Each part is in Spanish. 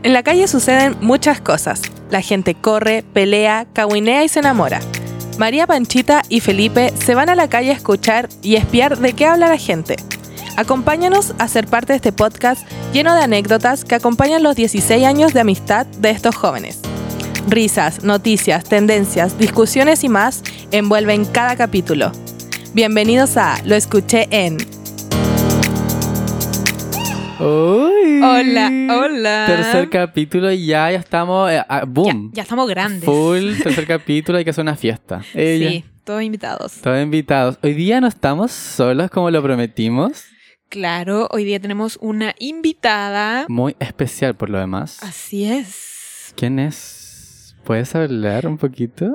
En la calle suceden muchas cosas. La gente corre, pelea, cahuinea y se enamora. María Panchita y Felipe se van a la calle a escuchar y espiar de qué habla la gente. Acompáñanos a ser parte de este podcast lleno de anécdotas que acompañan los 16 años de amistad de estos jóvenes. Risas, noticias, tendencias, discusiones y más envuelven cada capítulo. Bienvenidos a Lo Escuché en... Uy, Hola. Tercer capítulo y ya estamos. ¡Boom! Ya estamos grandes. Full tercer capítulo, hay que hacer una fiesta. Sí, todos invitados. Todos invitados. Hoy día no estamos solos como lo prometimos. Claro, hoy día tenemos una invitada. Muy especial por lo demás. Así es. ¿Quién es? ¿Puedes hablar un poquito?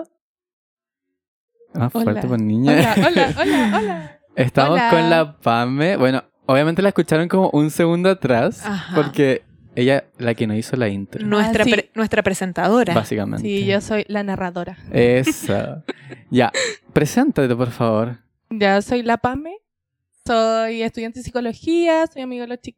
Fuerte por niña. Hola. Estamos Hola. con la Pame. Bueno, obviamente la escucharon como un segundo atrás. Ajá. Porque ella, la que nos hizo la intro. Nuestra presentadora. Básicamente. Sí, yo soy la narradora. Eso. Ya, preséntate, por favor. Ya soy la Pame, soy estudiante de psicología, soy amigo de los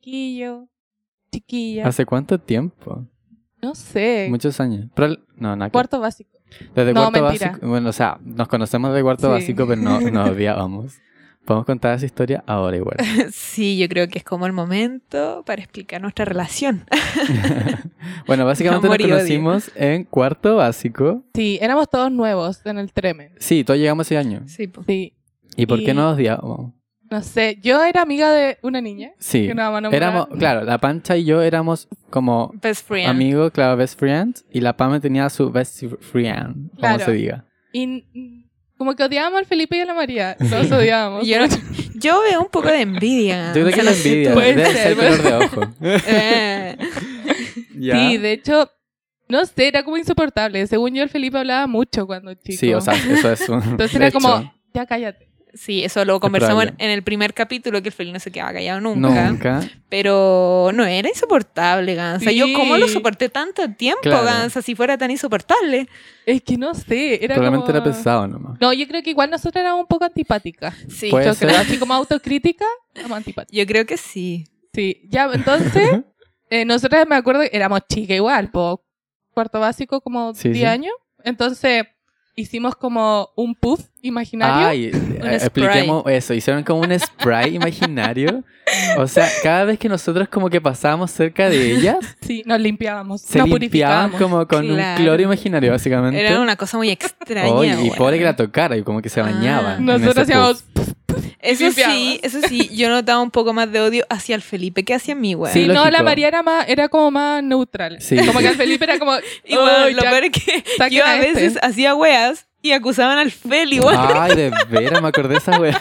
chiquillas. ¿Hace cuánto tiempo? No sé, Muchos años. Pero, no, nada. cuarto básico. Desde No, cuarto mentira. básico. Bueno, o sea, nos conocemos de cuarto Sí. básico, pero no nos odiábamos. Podemos contar esa historia ahora igual. Sí, yo creo que es como el momento para explicar nuestra relación. Bueno, básicamente Amor nos y odio. conocimos en cuarto básico. Sí, éramos todos nuevos en el Tremen. Sí, todos llegamos ese año. Sí, po. Sí, ¿Y por qué Y- nos odiábamos? no sé, yo era amiga de una niña. Sí. Que no vamos a nombrar. Éramos, claro, la Pancha y yo éramos como Best friend. amigos, claro, best friends. Y la Pame tenía su best friend, como Claro. se diga. Y como que odiábamos al Felipe y a la María. Los odiábamos. Yo veo un poco de envidia. Yo creo que la envidia Puede debe ser, ser color de ojo. Eh, ¿Ya? Sí, de hecho, no sé, era como insoportable. Según yo, el Felipe hablaba mucho cuando chico. Sí, o sea, eso es un Entonces de era hecho, como, ya cállate. sí, eso lo conversamos probable. en el primer capítulo, que el Felipe no se quedaba callado nunca. nunca. Pero no era insoportable, Gansa. Sí. Yo, ¿cómo lo soporté tanto tiempo, Claro. Gansa, si fuera tan insoportable? Es que no sé, era Probablemente como... era pesado nomás. No, yo creo que igual nosotros éramos un poco antipáticas. Sí, Puede Yo ser. creo, así como autocrítica, éramos antipáticas. yo creo que sí. Sí, ya, entonces, nosotros me acuerdo que éramos chicas igual, cuarto básico, como Sí, 10 sí. años. Entonces, hicimos como un puff imaginario. Ay, spray. expliquemos eso. Hicieron como un spray imaginario. O sea, cada vez que nosotros como que pasábamos cerca de ellas, Sí, nos limpiábamos, se nos limpiaban purificábamos. como con Claro. un cloro imaginario, básicamente. Era una cosa muy extraña. Oye, y bueno. pobre que la tocara y como que se Ah. bañaba. en Nosotros ese hacíamos... puff. Eso sí, yo notaba un poco más de odio hacia el Felipe que hacia mí, güey. Sí, Sí, no, lógico. la María era como más neutral. Sí. Como que el Felipe era como... Y bueno, "Ay, lo ya, peor es que saquen yo a este". veces hacía weas y acusaban al Feli, güey. Ay, de veras, me acordé de esa wea.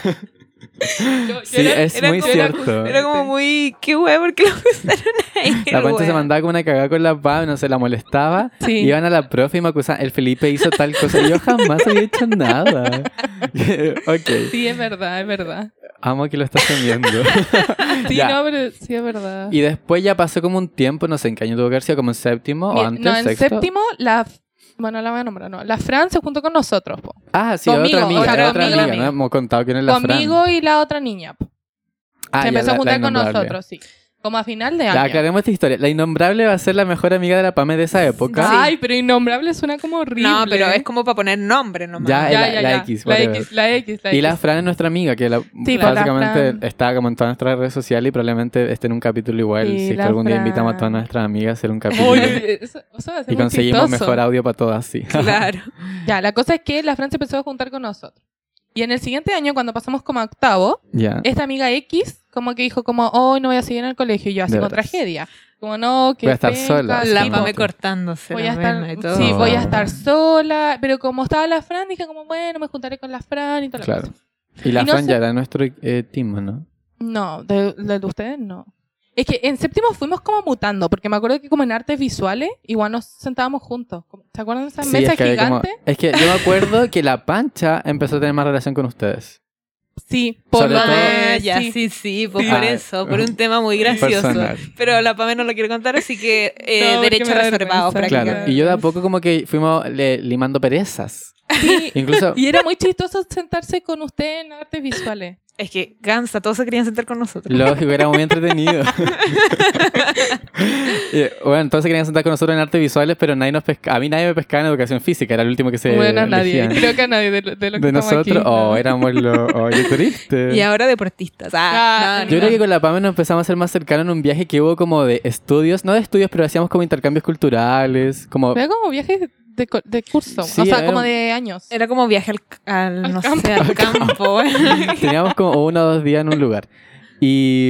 yo Sí, es era muy como- cierto. Era como muy... ¿Qué wea? ¿Por qué lo acusaron a él, La Pancha se güey? mandaba como una cagada con la Pam, no sé, la molestaba. Sí. Iban a la profe y me acusaban, el Felipe hizo tal cosa. Y yo jamás había hecho nada. Ok, Sí, es verdad. amo que lo estás enviando. Sí, Ya. no, pero sí es verdad. Y después ya pasó como un tiempo, no sé en qué año tuvo que haber sido, como en séptimo o Mira, antes, no, en sexto. séptimo, bueno, la voy a nombrar, no. La Fran se juntó con nosotros, po. Ah, sí, Conmigo, otra amiga, o sea, era otra conmigo. amiga, no hemos contado quién es la Fran. Conmigo y la otra niña, po. Ah, Se ya, empezó a juntar con innombrable. nosotros, sí. Como a final de Ya, año. aclaremos esta historia. La innombrable va a ser la mejor amiga de la Pame de esa época. Ay, pero innombrable suena como horrible. No, pero es como para poner nombre nomás. Ya, la X, whatever. la X. Y la Fran es nuestra amiga, que pues, la básicamente Fran. está como en todas nuestras redes sociales y probablemente esté en un capítulo igual. Sí, Si es que la algún día Fran. invitamos a todas nuestras amigas a hacer un capítulo. Oye, eso va a ser y muy conseguimos chistoso. mejor audio para todas, sí. Claro. Ya, la cosa es que la Fran se empezó a juntar con nosotros. Y en el siguiente año, cuando pasamos como a octavo, Ya. esta amiga X como que dijo como, hoy no voy a seguir en el colegio. Y yo así De con veras. tragedia. Como no, que Voy a estar sola. La sí, Pame po, cortándose voy la a estar, vena y todo. sí, voy a Oh. estar sola. Pero como estaba la Fran, dije como, bueno, me juntaré con la Fran y todo. Claro. Y la Y no Fran sé- ya era nuestro team, ¿no? No, de ustedes no. Es que en séptimo fuimos como mutando, porque me acuerdo que como en artes visuales, igual nos sentábamos juntos. ¿Se acuerdan de esas mesas es que había como- gigantes? es que yo me acuerdo que la Pancha empezó a tener más relación con ustedes. Sí, por Sobre lo todo- Ah, de... ya, sí. sí, pues Sí. por Ah, eso, por un tema muy gracioso. personal. Pero la Pame no lo quiere contar, así que No, porque derecho me da reservado vergüenza. Claro. prácticamente. Y yo de a poco como que fuimos limando perezas. Sí, Incluso... y era muy chistoso sentarse con usted en artes visuales. Es que cansa, todos se querían sentar con nosotros. Lógico, era muy entretenido. Bueno, entonces querían sentar con nosotros en artes visuales, pero nadie nos a mí nadie me pescaba en educación física, era el último que se Bueno, nadie. elegían. Creo que a nadie de los que De estamos nosotros, aquí. oh, éramos los... Oh, qué triste. Y ahora deportistas. Yo creo que con la Pame nos empezamos a hacer más cercanos en un viaje que hubo como de estudios, no de estudios, pero hacíamos como intercambios culturales, como... Fue como viajes de curso. Sí, o sea, era como un- de años. Era como viaje no campo. sé, al campo. Teníamos como 1 o 2 días en un lugar. Y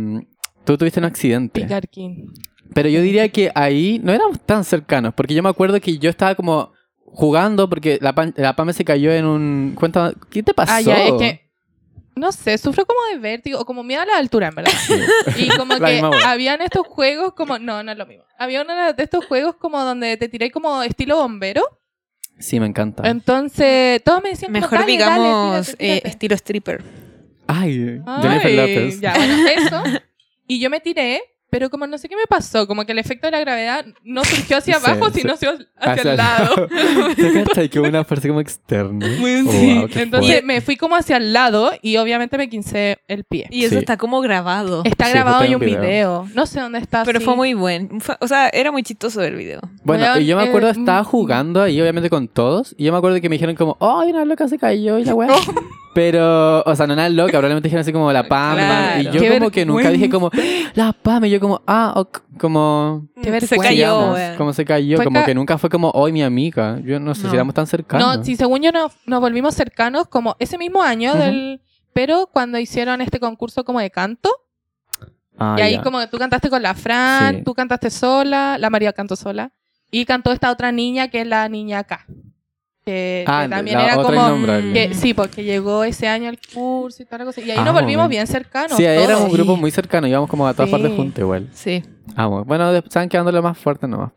tú tuviste un accidente. Picarquín. Pero yo diría que ahí no éramos tan cercanos, porque yo me acuerdo que yo estaba como jugando porque la Pame se cayó en un... Cuéntame, ¿qué te pasó? Ah, ya, es que... No sé, sufro como de vértigo o como miedo a la altura, en verdad. Y como La que misma wea. habían estos juegos como... No, no es lo mismo. Había uno de estos juegos como donde te tiré como estilo bombero. Sí, me encanta. Entonces, todos me decían como, Mejor dale, digamos dale, tírate, tírate. estilo stripper. Ay, Ay, Jennifer Lopez. Ya, bueno, eso. Y yo me tiré, pero como no sé qué me pasó, como que el efecto de la gravedad no surgió hacia Sí, abajo, sí. sino hacia el lado. ¿Te cachai? Que una fuerza como externa. Muy Wow, sí. qué Entonces fuerte. me fui como hacia el lado y obviamente me quince el pie. Y eso Sí. está como grabado. Está Sí, grabado fue en un un video. video. No sé dónde está. Pero sí. fue muy bueno. O sea, era muy chistoso el video. Bueno, Weón, y yo me acuerdo, estaba jugando ahí, obviamente con todos, y yo me acuerdo que me dijeron como, ¡ay, una loca se cayó! Y la weá. Pero, o sea, no nada loca, probablemente dijeron así como la Pame. Claro. Y yo Qué como que nunca dije como, la Pame, y yo como, ok, como... Qué vergüenza. Se cayó. sigamos, weón. como se cayó, Fue como ca- que nunca fue como, hoy mi amiga. Yo no sé No. si éramos tan cercanos. No, sí, según yo nos volvimos cercanos como ese mismo año Ujú. pero cuando hicieron este concurso como de canto, Ah, y ahí ya. como que tú cantaste con la Fran, Sí. tú cantaste sola, la María cantó sola, y cantó esta otra niña que es la niña acá. Que también la era otra como... innombrable. Que, sí, porque llegó ese año al curso y toda la cosa. Y ahí Ah, nos volvimos bueno. bien cercanos. Sí, ahí todos. éramos un grupo muy cercano, íbamos como a todas Sí. partes juntos igual. Sí. Bueno, saben quedándole más fuerte nomás.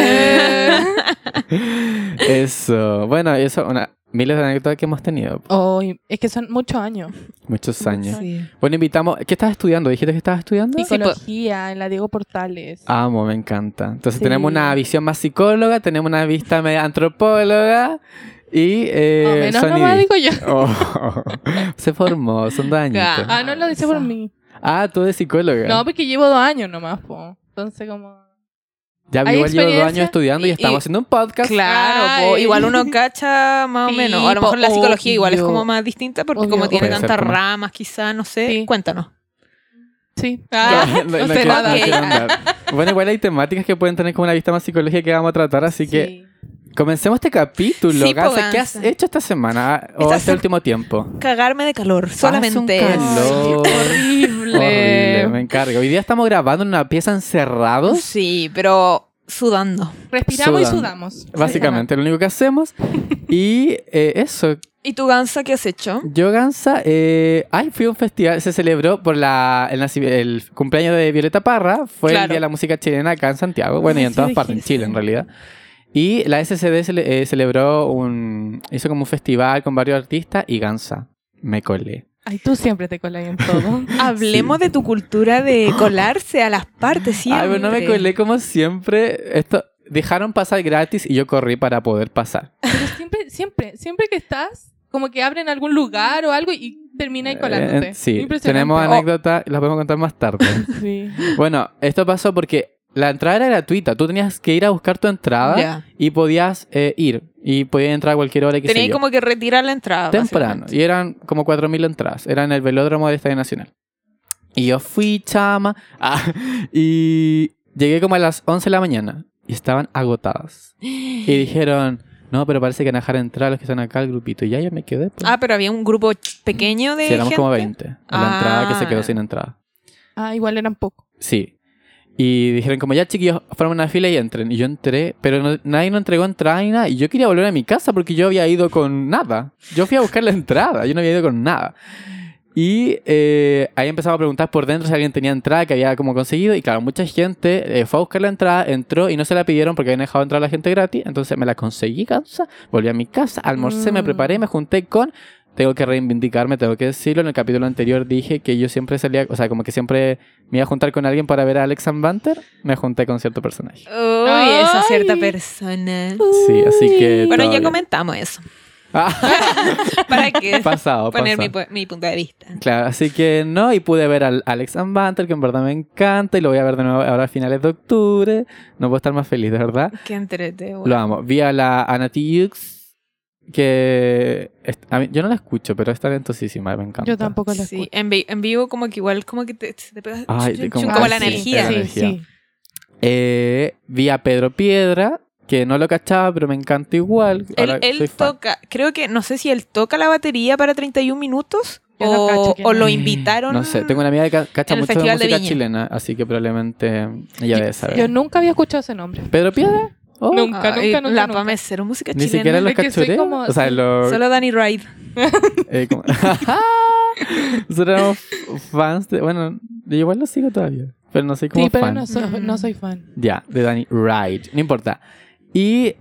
Eso. Bueno, eso, miles de anécdotas que hemos tenido. Oh, es que son muchos años. Muchos años. Sí. Bueno, invitamos... ¿Qué estás estudiando? ¿Dijiste que estabas estudiando? Psicología en la Diego Portales. Amo, me encanta. Entonces Sí. tenemos una visión más psicóloga, tenemos una vista media antropóloga y No, menos nomás digo yo. Oh, se formó, son 2 años. Ah, no lo dice por mí. Ah, tú eres psicóloga. No, porque llevo 2 años nomás, po. Entonces como... Ya ¿hay igual llevo 2 años experiencia? estudiando y estamos haciendo un podcast. Claro, po, Ay. igual uno cacha más o Sí, menos. A lo mejor la po, psicología igual es obvio. como más distinta porque Obvio. como tiene Puede ser tantas como- ramas, quizás, no sé. Sí. Cuéntanos. Sí. No sé quiero- nada. quiero andar. Bueno, igual hay temáticas que pueden tener como una vista más psicológica que vamos a tratar, así que Sí. comencemos este capítulo. Sí, po, Gansa, ¿qué has Gansa. hecho esta semana o Esta este último tiempo? Cagarme de calor, solamente. Hace un calor. Horrible. Horrible, me encargo. Hoy día estamos grabando en una pieza encerrados. Sí, pero sudando. Respiramos y Sudando. sudamos. Básicamente, lo único que hacemos. Y eso. ¿Y tú, Gansa, qué has hecho? Yo, Gansa, fui a un festival. Se celebró por el cumpleaños de Violeta Parra. Fue el Claro. Día de la Música Chilena acá en Santiago. Bueno, y en Sí, todas partes, en dijiste. Chile en realidad. Y la SCD celebró hizo como un festival con varios artistas y Gansa. Me colé. Ay, tú siempre te colas en todo. Hablemos de tu cultura de colarse a las partes siempre. Ay, pero no me colé como siempre. Dejaron pasar gratis y yo corrí para poder pasar. Pero siempre que estás, como que abren algún lugar o algo y termina ahí colándote. Sí, Impresionante. tenemos anécdotas, las podemos contar más tarde. Sí. Bueno, esto pasó porque la entrada era gratuita. Tú tenías que ir a buscar tu entrada Ya. y podías ir. Y podías entrar a cualquier hora que Tenía sé yo. como que retirar la entrada. Temprano. básicamente. Y eran como 4.000 entradas. Era en el velódromo del Estadio Nacional. Y yo fui, chama. Y llegué como a las 11 de la mañana. Y estaban agotadas. Y dijeron, no, pero parece que van a dejar entrar los que están acá al grupito. Y ya yo me quedé. Pues. Ah, pero había un grupo pequeño de Sí, éramos gente. como 20. En la entrada que se quedó Ah. sin entrada. Ah, igual eran pocos. Sí. Y dijeron como, ya chiquillos, formen una fila y entren. Y yo entré, pero nadie nos entregó entrada ni nada. Y yo quería volver a mi casa porque yo había ido con nada. Yo fui a buscar la entrada, yo no había ido con nada. Y ahí empezamos a preguntar por dentro si alguien tenía entrada que había como conseguido. Y claro, mucha gente fue a buscar la entrada, entró y no se la pidieron porque habían dejado entrar a la gente gratis. Entonces me la conseguí, Gansa, volví a mi casa, almorcé, me preparé, me junté con... Tengo que reivindicarme, tengo que decirlo. En el capítulo anterior dije que yo siempre salía, o sea, como que siempre me iba a juntar con alguien para ver a Alex and Banter. Me junté con cierto personaje. Uy, esa Ay. cierta persona. Sí, así que... Bueno, todo ya bien. comentamos eso. ¿Para qué? Pasado, Poner pasado. mi punto de vista. Claro, así que no, y pude ver al Alex and Banter, que en verdad me encanta, y lo voy a ver de nuevo ahora a finales de octubre. No puedo estar más feliz, de verdad. Qué entrete, Lo amo. Vi a la Ana Tijoux, que a mí, yo no la escucho, pero es talentosísima, me encanta. Yo tampoco lo Sí, escucho. en vivo como que igual como que se te pega Ay, como, como- la sí, energía. la Sí, energía. sí. Vi a Pedro Piedra, que no lo cachaba, pero me encanta igual. Ahora soy Él fan. toca, creo que, no sé si él toca la batería para 31 minutos Yo no cacho quién o es. lo invitaron. No sé, tengo una amiga que cacha en el mucho de Festival de música Viña. chilena, así que probablemente ella debe saber. Yo nunca había escuchado ese nombre. ¿Pedro Piedra? Oh, Nunca, Ay, nunca, nunca, La nunca. Pame es cero música Ni chilena. siquiera los Es que soy cachureos. como- O sea, sí. los... Solo Danny Ride. como- Nosotros éramos fans de... Bueno, yo igual lo sigo todavía, pero no soy como Sí, pero fan. no soy fan. Ya, de Danny Ride. No importa. Y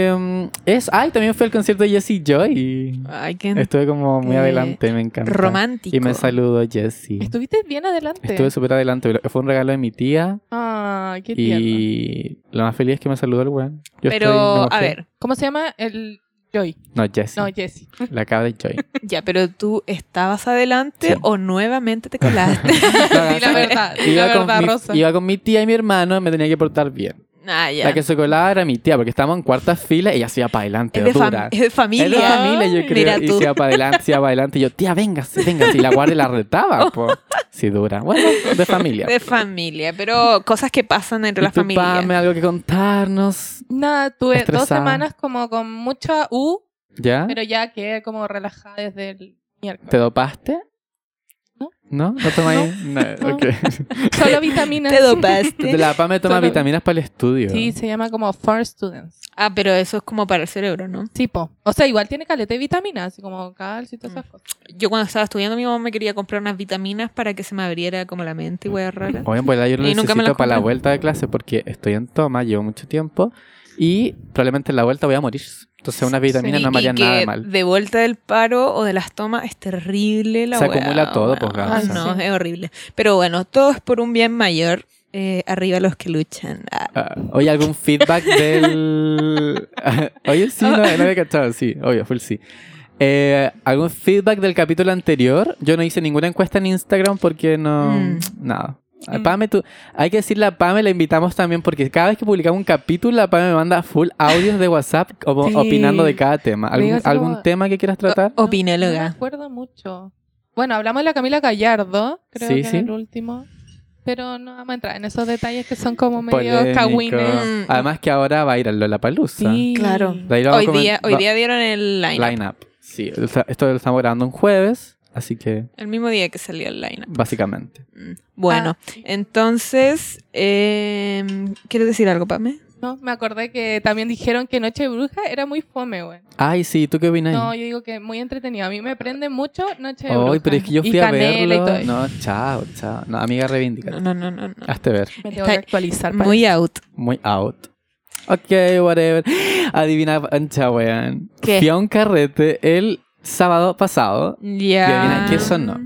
también fui al concierto de Jessie Joy. Ay, qué Estuve como muy qué adelante, me encanta. romántico. Y me saludó Jessie. Estuviste bien adelante. Estuve súper adelante. Fue un regalo de mi tía. Ay, qué tierno. Y lo más feliz es que me saludó el weón. Yo estoy- me Pero, enojé. a ver, ¿Cómo se llama? El Joy. No, Jessie. No, Jessie. La cabra de Joy. ya, pero tú estabas adelante Sí. o nuevamente te colaste. Di la verdad, di la verdad, Rosa. Iba con mi tía y mi hermano, me tenía que portar bien. Ah, ya. La que se colaba era mi tía, porque estábamos en cuarta fila y ella se iba para adelante, es de, dura. es de familia. Es de familia, yo Ay, creo. mira Y tú. se iba para adelante, se iba para adelante. Y yo, tía, véngase. Y la guardia la retaba, po. Sí, dura. Bueno, de familia. De familia, pero cosas que pasan entre ¿Y la tú, familia. Pame, algo que contarnos? Nada, tuve 2 Estresada. semanas como con mucha ¿Ya? pero ya quedé como relajada desde el miércoles. ¿Te dopaste? No. ¿No? ¿No tomáis? No. No. Ok. Solo vitaminas. Te dopaste. De la Pame toma Solo- vitaminas para el estudio. Sí, se llama como For Students. Ah, pero eso es como para el cerebro, ¿no? Sí, po. O sea, igual tiene caleta de vitaminas, así como calcio y todas esas cosas. Yo cuando estaba estudiando, mi mamá me quería comprar unas vitaminas para que se me abriera como la mente y wea rara. Oye, pues yo lo Y nunca me necesito las para la compré. vuelta de clase porque estoy en toma, llevo mucho tiempo y probablemente en la vuelta voy a morir. Entonces unas vitaminas no me harían y nada de que mal. de vuelta del paro o de las tomas es terrible la Se wea, acumula todo, weón. pues, Gansa. Ay, no, Sí. es horrible. Pero bueno, todo es por un bien mayor. Arriba los que luchan. Oye, ¿algún feedback del...? Oye, sí, no había cachado, sí, obvio, full sí. ¿Algún feedback del capítulo anterior? Yo no hice ninguna encuesta en Instagram porque no... Nada. Pame, hay que decirle a Pame, la invitamos también porque cada vez que publicamos un capítulo, la Pame me manda full audios de WhatsApp como Sí. opinando de cada tema. Me digo así ¿Algún como- tema que quieras tratar? No me Opinóloga. acuerdo mucho. Bueno, hablamos de la Camila Gallardo, creo Sí, que sí. en el último. Pero no vamos a entrar en esos detalles que son como medio Polémico. cagüines. Además que ahora va a ir a Lollapalooza. Sí. Claro. De ahí lo vamos a Hoy día dieron el line Line-up. Sí, esto lo estamos grabando un jueves, así que El mismo día que salió el line básicamente. Bueno, Ah, entonces, ¿quieres decir algo, Pame? no, me acordé que también dijeron que Noche de Bruja era muy fome, güey. Ay, sí, ¿tú qué opinas? No, yo digo que muy entretenido. A mí me prende mucho Noche de Bruja. Ay, pero es que yo Y fui a Canela y verlo. todo eso. No, chao. No, amiga, reivindica. No. Hazte ver. Me tengo que Está actualizar. Muy out. Muy out. Ok, whatever. Adivina, pancha, weón. ¿Qué? Fui a un carrete el sábado pasado. Ya. Y adivina, ¿qué sonó?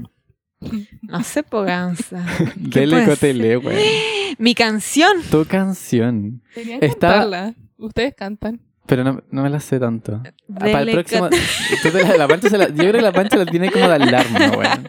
No sé, Poganza. Dele puede cotele, weón. Mi canción. Tu canción. Deberían Está- cantarla. Ustedes cantan. Pero no me la sé tanto. Para el Dele próximo. cote- La Pancha yo creo que la Pancha la tiene como de alarma, weón.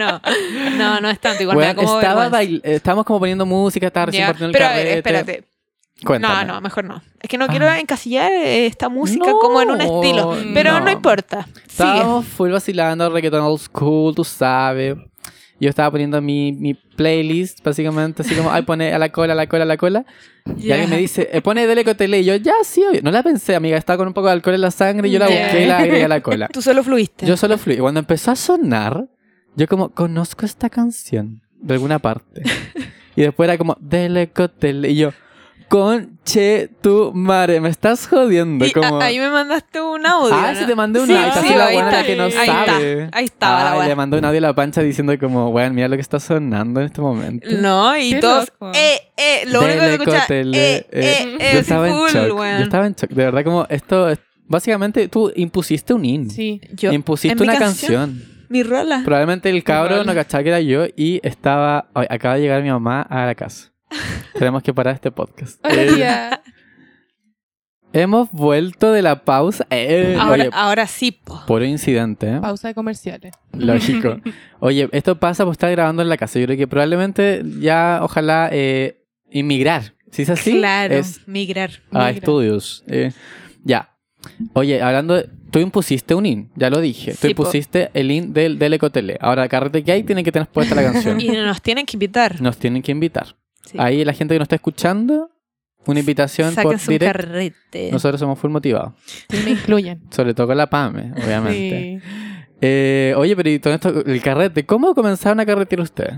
No es tanto. Igual me da Weón, como vergüenza. estábamos como poniendo música, estaba recién Ya, partiendo el pero a ver, carrete. espérate. Cuéntame. No, mejor no. Es que no quiero encasillar esta música No, como en un estilo. Pero no, no. importa. Sigue. Estábamos full vacilando, reggaeton old school, tú sabes. Yo estaba poniendo mi playlist, básicamente, así como, ay, pone a la cola. Y Ya. alguien me dice, pone Dele Cotele. Y yo, ya, sí, obvio. No la pensé, amiga. Estaba con un poco de alcohol en la sangre y yo la Ya. busqué y la agregué a la cola. Tú solo fluiste. Yo solo fluí. Y cuando empezó a sonar, yo como, conozco esta canción de alguna parte. Y después era como, Dele Cotele. Y yo, conche tu madre, me estás jodiendo. Y como... ahí me mandaste un audio. Ah, ¿no? sí, te mandé un Sí, audio. sí, Sí, la ahí buena está, la que no ahí sabe. está, ahí estaba la Ay, buena. le mandó un audio a la Pancha diciendo como, weón, mira lo que está sonando en este momento. No, y Qué todos, loco. lo único que Dele, escuchaba, cótele, yo estaba en full, shock. weón. Yo estaba en shock. De verdad, como esto, básicamente tú impusiste un in. Sí. Yo- Impusiste en mi una canción. Mi rola. Probablemente el cabro Igual. no cachaba que era yo y estaba... Ay, acaba de llegar mi mamá a la casa. Tenemos que parar este podcast. Hola, tía. hemos vuelto de la pausa. Oye, Ahora sí, po. puro incidente, ¿eh? Pausa de comerciales. Lógico. Oye, esto pasa por estar grabando en la casa. Yo creo que probablemente ya, ojalá, inmigrar. ¿Sí es así? Claro, Es migrar. a Migra. estudios. Ya. Oye, hablando de... Tú impusiste un IN, ya lo dije. Tú Sí, po. impusiste el IN del Ecotele. Ahora, carrete que hay, tienen que tener puesta la canción. Y nos tienen que invitar. Nos tienen que invitar. Sí. Ahí la gente que nos está escuchando, una invitación por Sáquense un direct. carrete. Nosotros somos full motivados. Sí, me incluyen. Sobre todo con la PAME, obviamente. Sí. Oye, pero y todo esto, el carrete, ¿cómo comenzaron a carretear ustedes?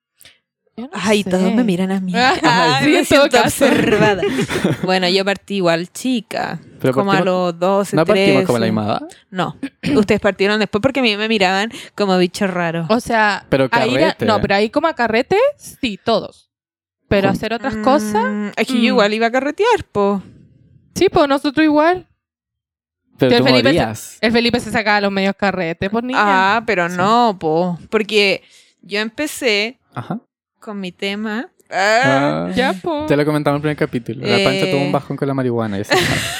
Yo no Ay, sé. todos me miran a mí. Ay, sí, me en todo siento caso. observada. Bueno, yo partí igual chica. Pero como a los 12, ¿No 13. partimos como la misma edad? No. Ustedes partieron después porque a mí me miraban como bicho raro. O sea, Pero ahí carrete. no, pero ahí como a carrete, sí, todos. Pero hacer otras cosas, Es que yo igual iba a carretear, po. sí, pues nosotros igual. Pero Que tú el Felipe morías. El Felipe se sacaba los medios carretes por niña. Ah, pero no, po. Porque yo empecé Ajá. con mi tema. Ah, Ya, pues. Te lo comentamos en el primer capítulo. La Pancha tuvo un bajón con la marihuana. Y eso.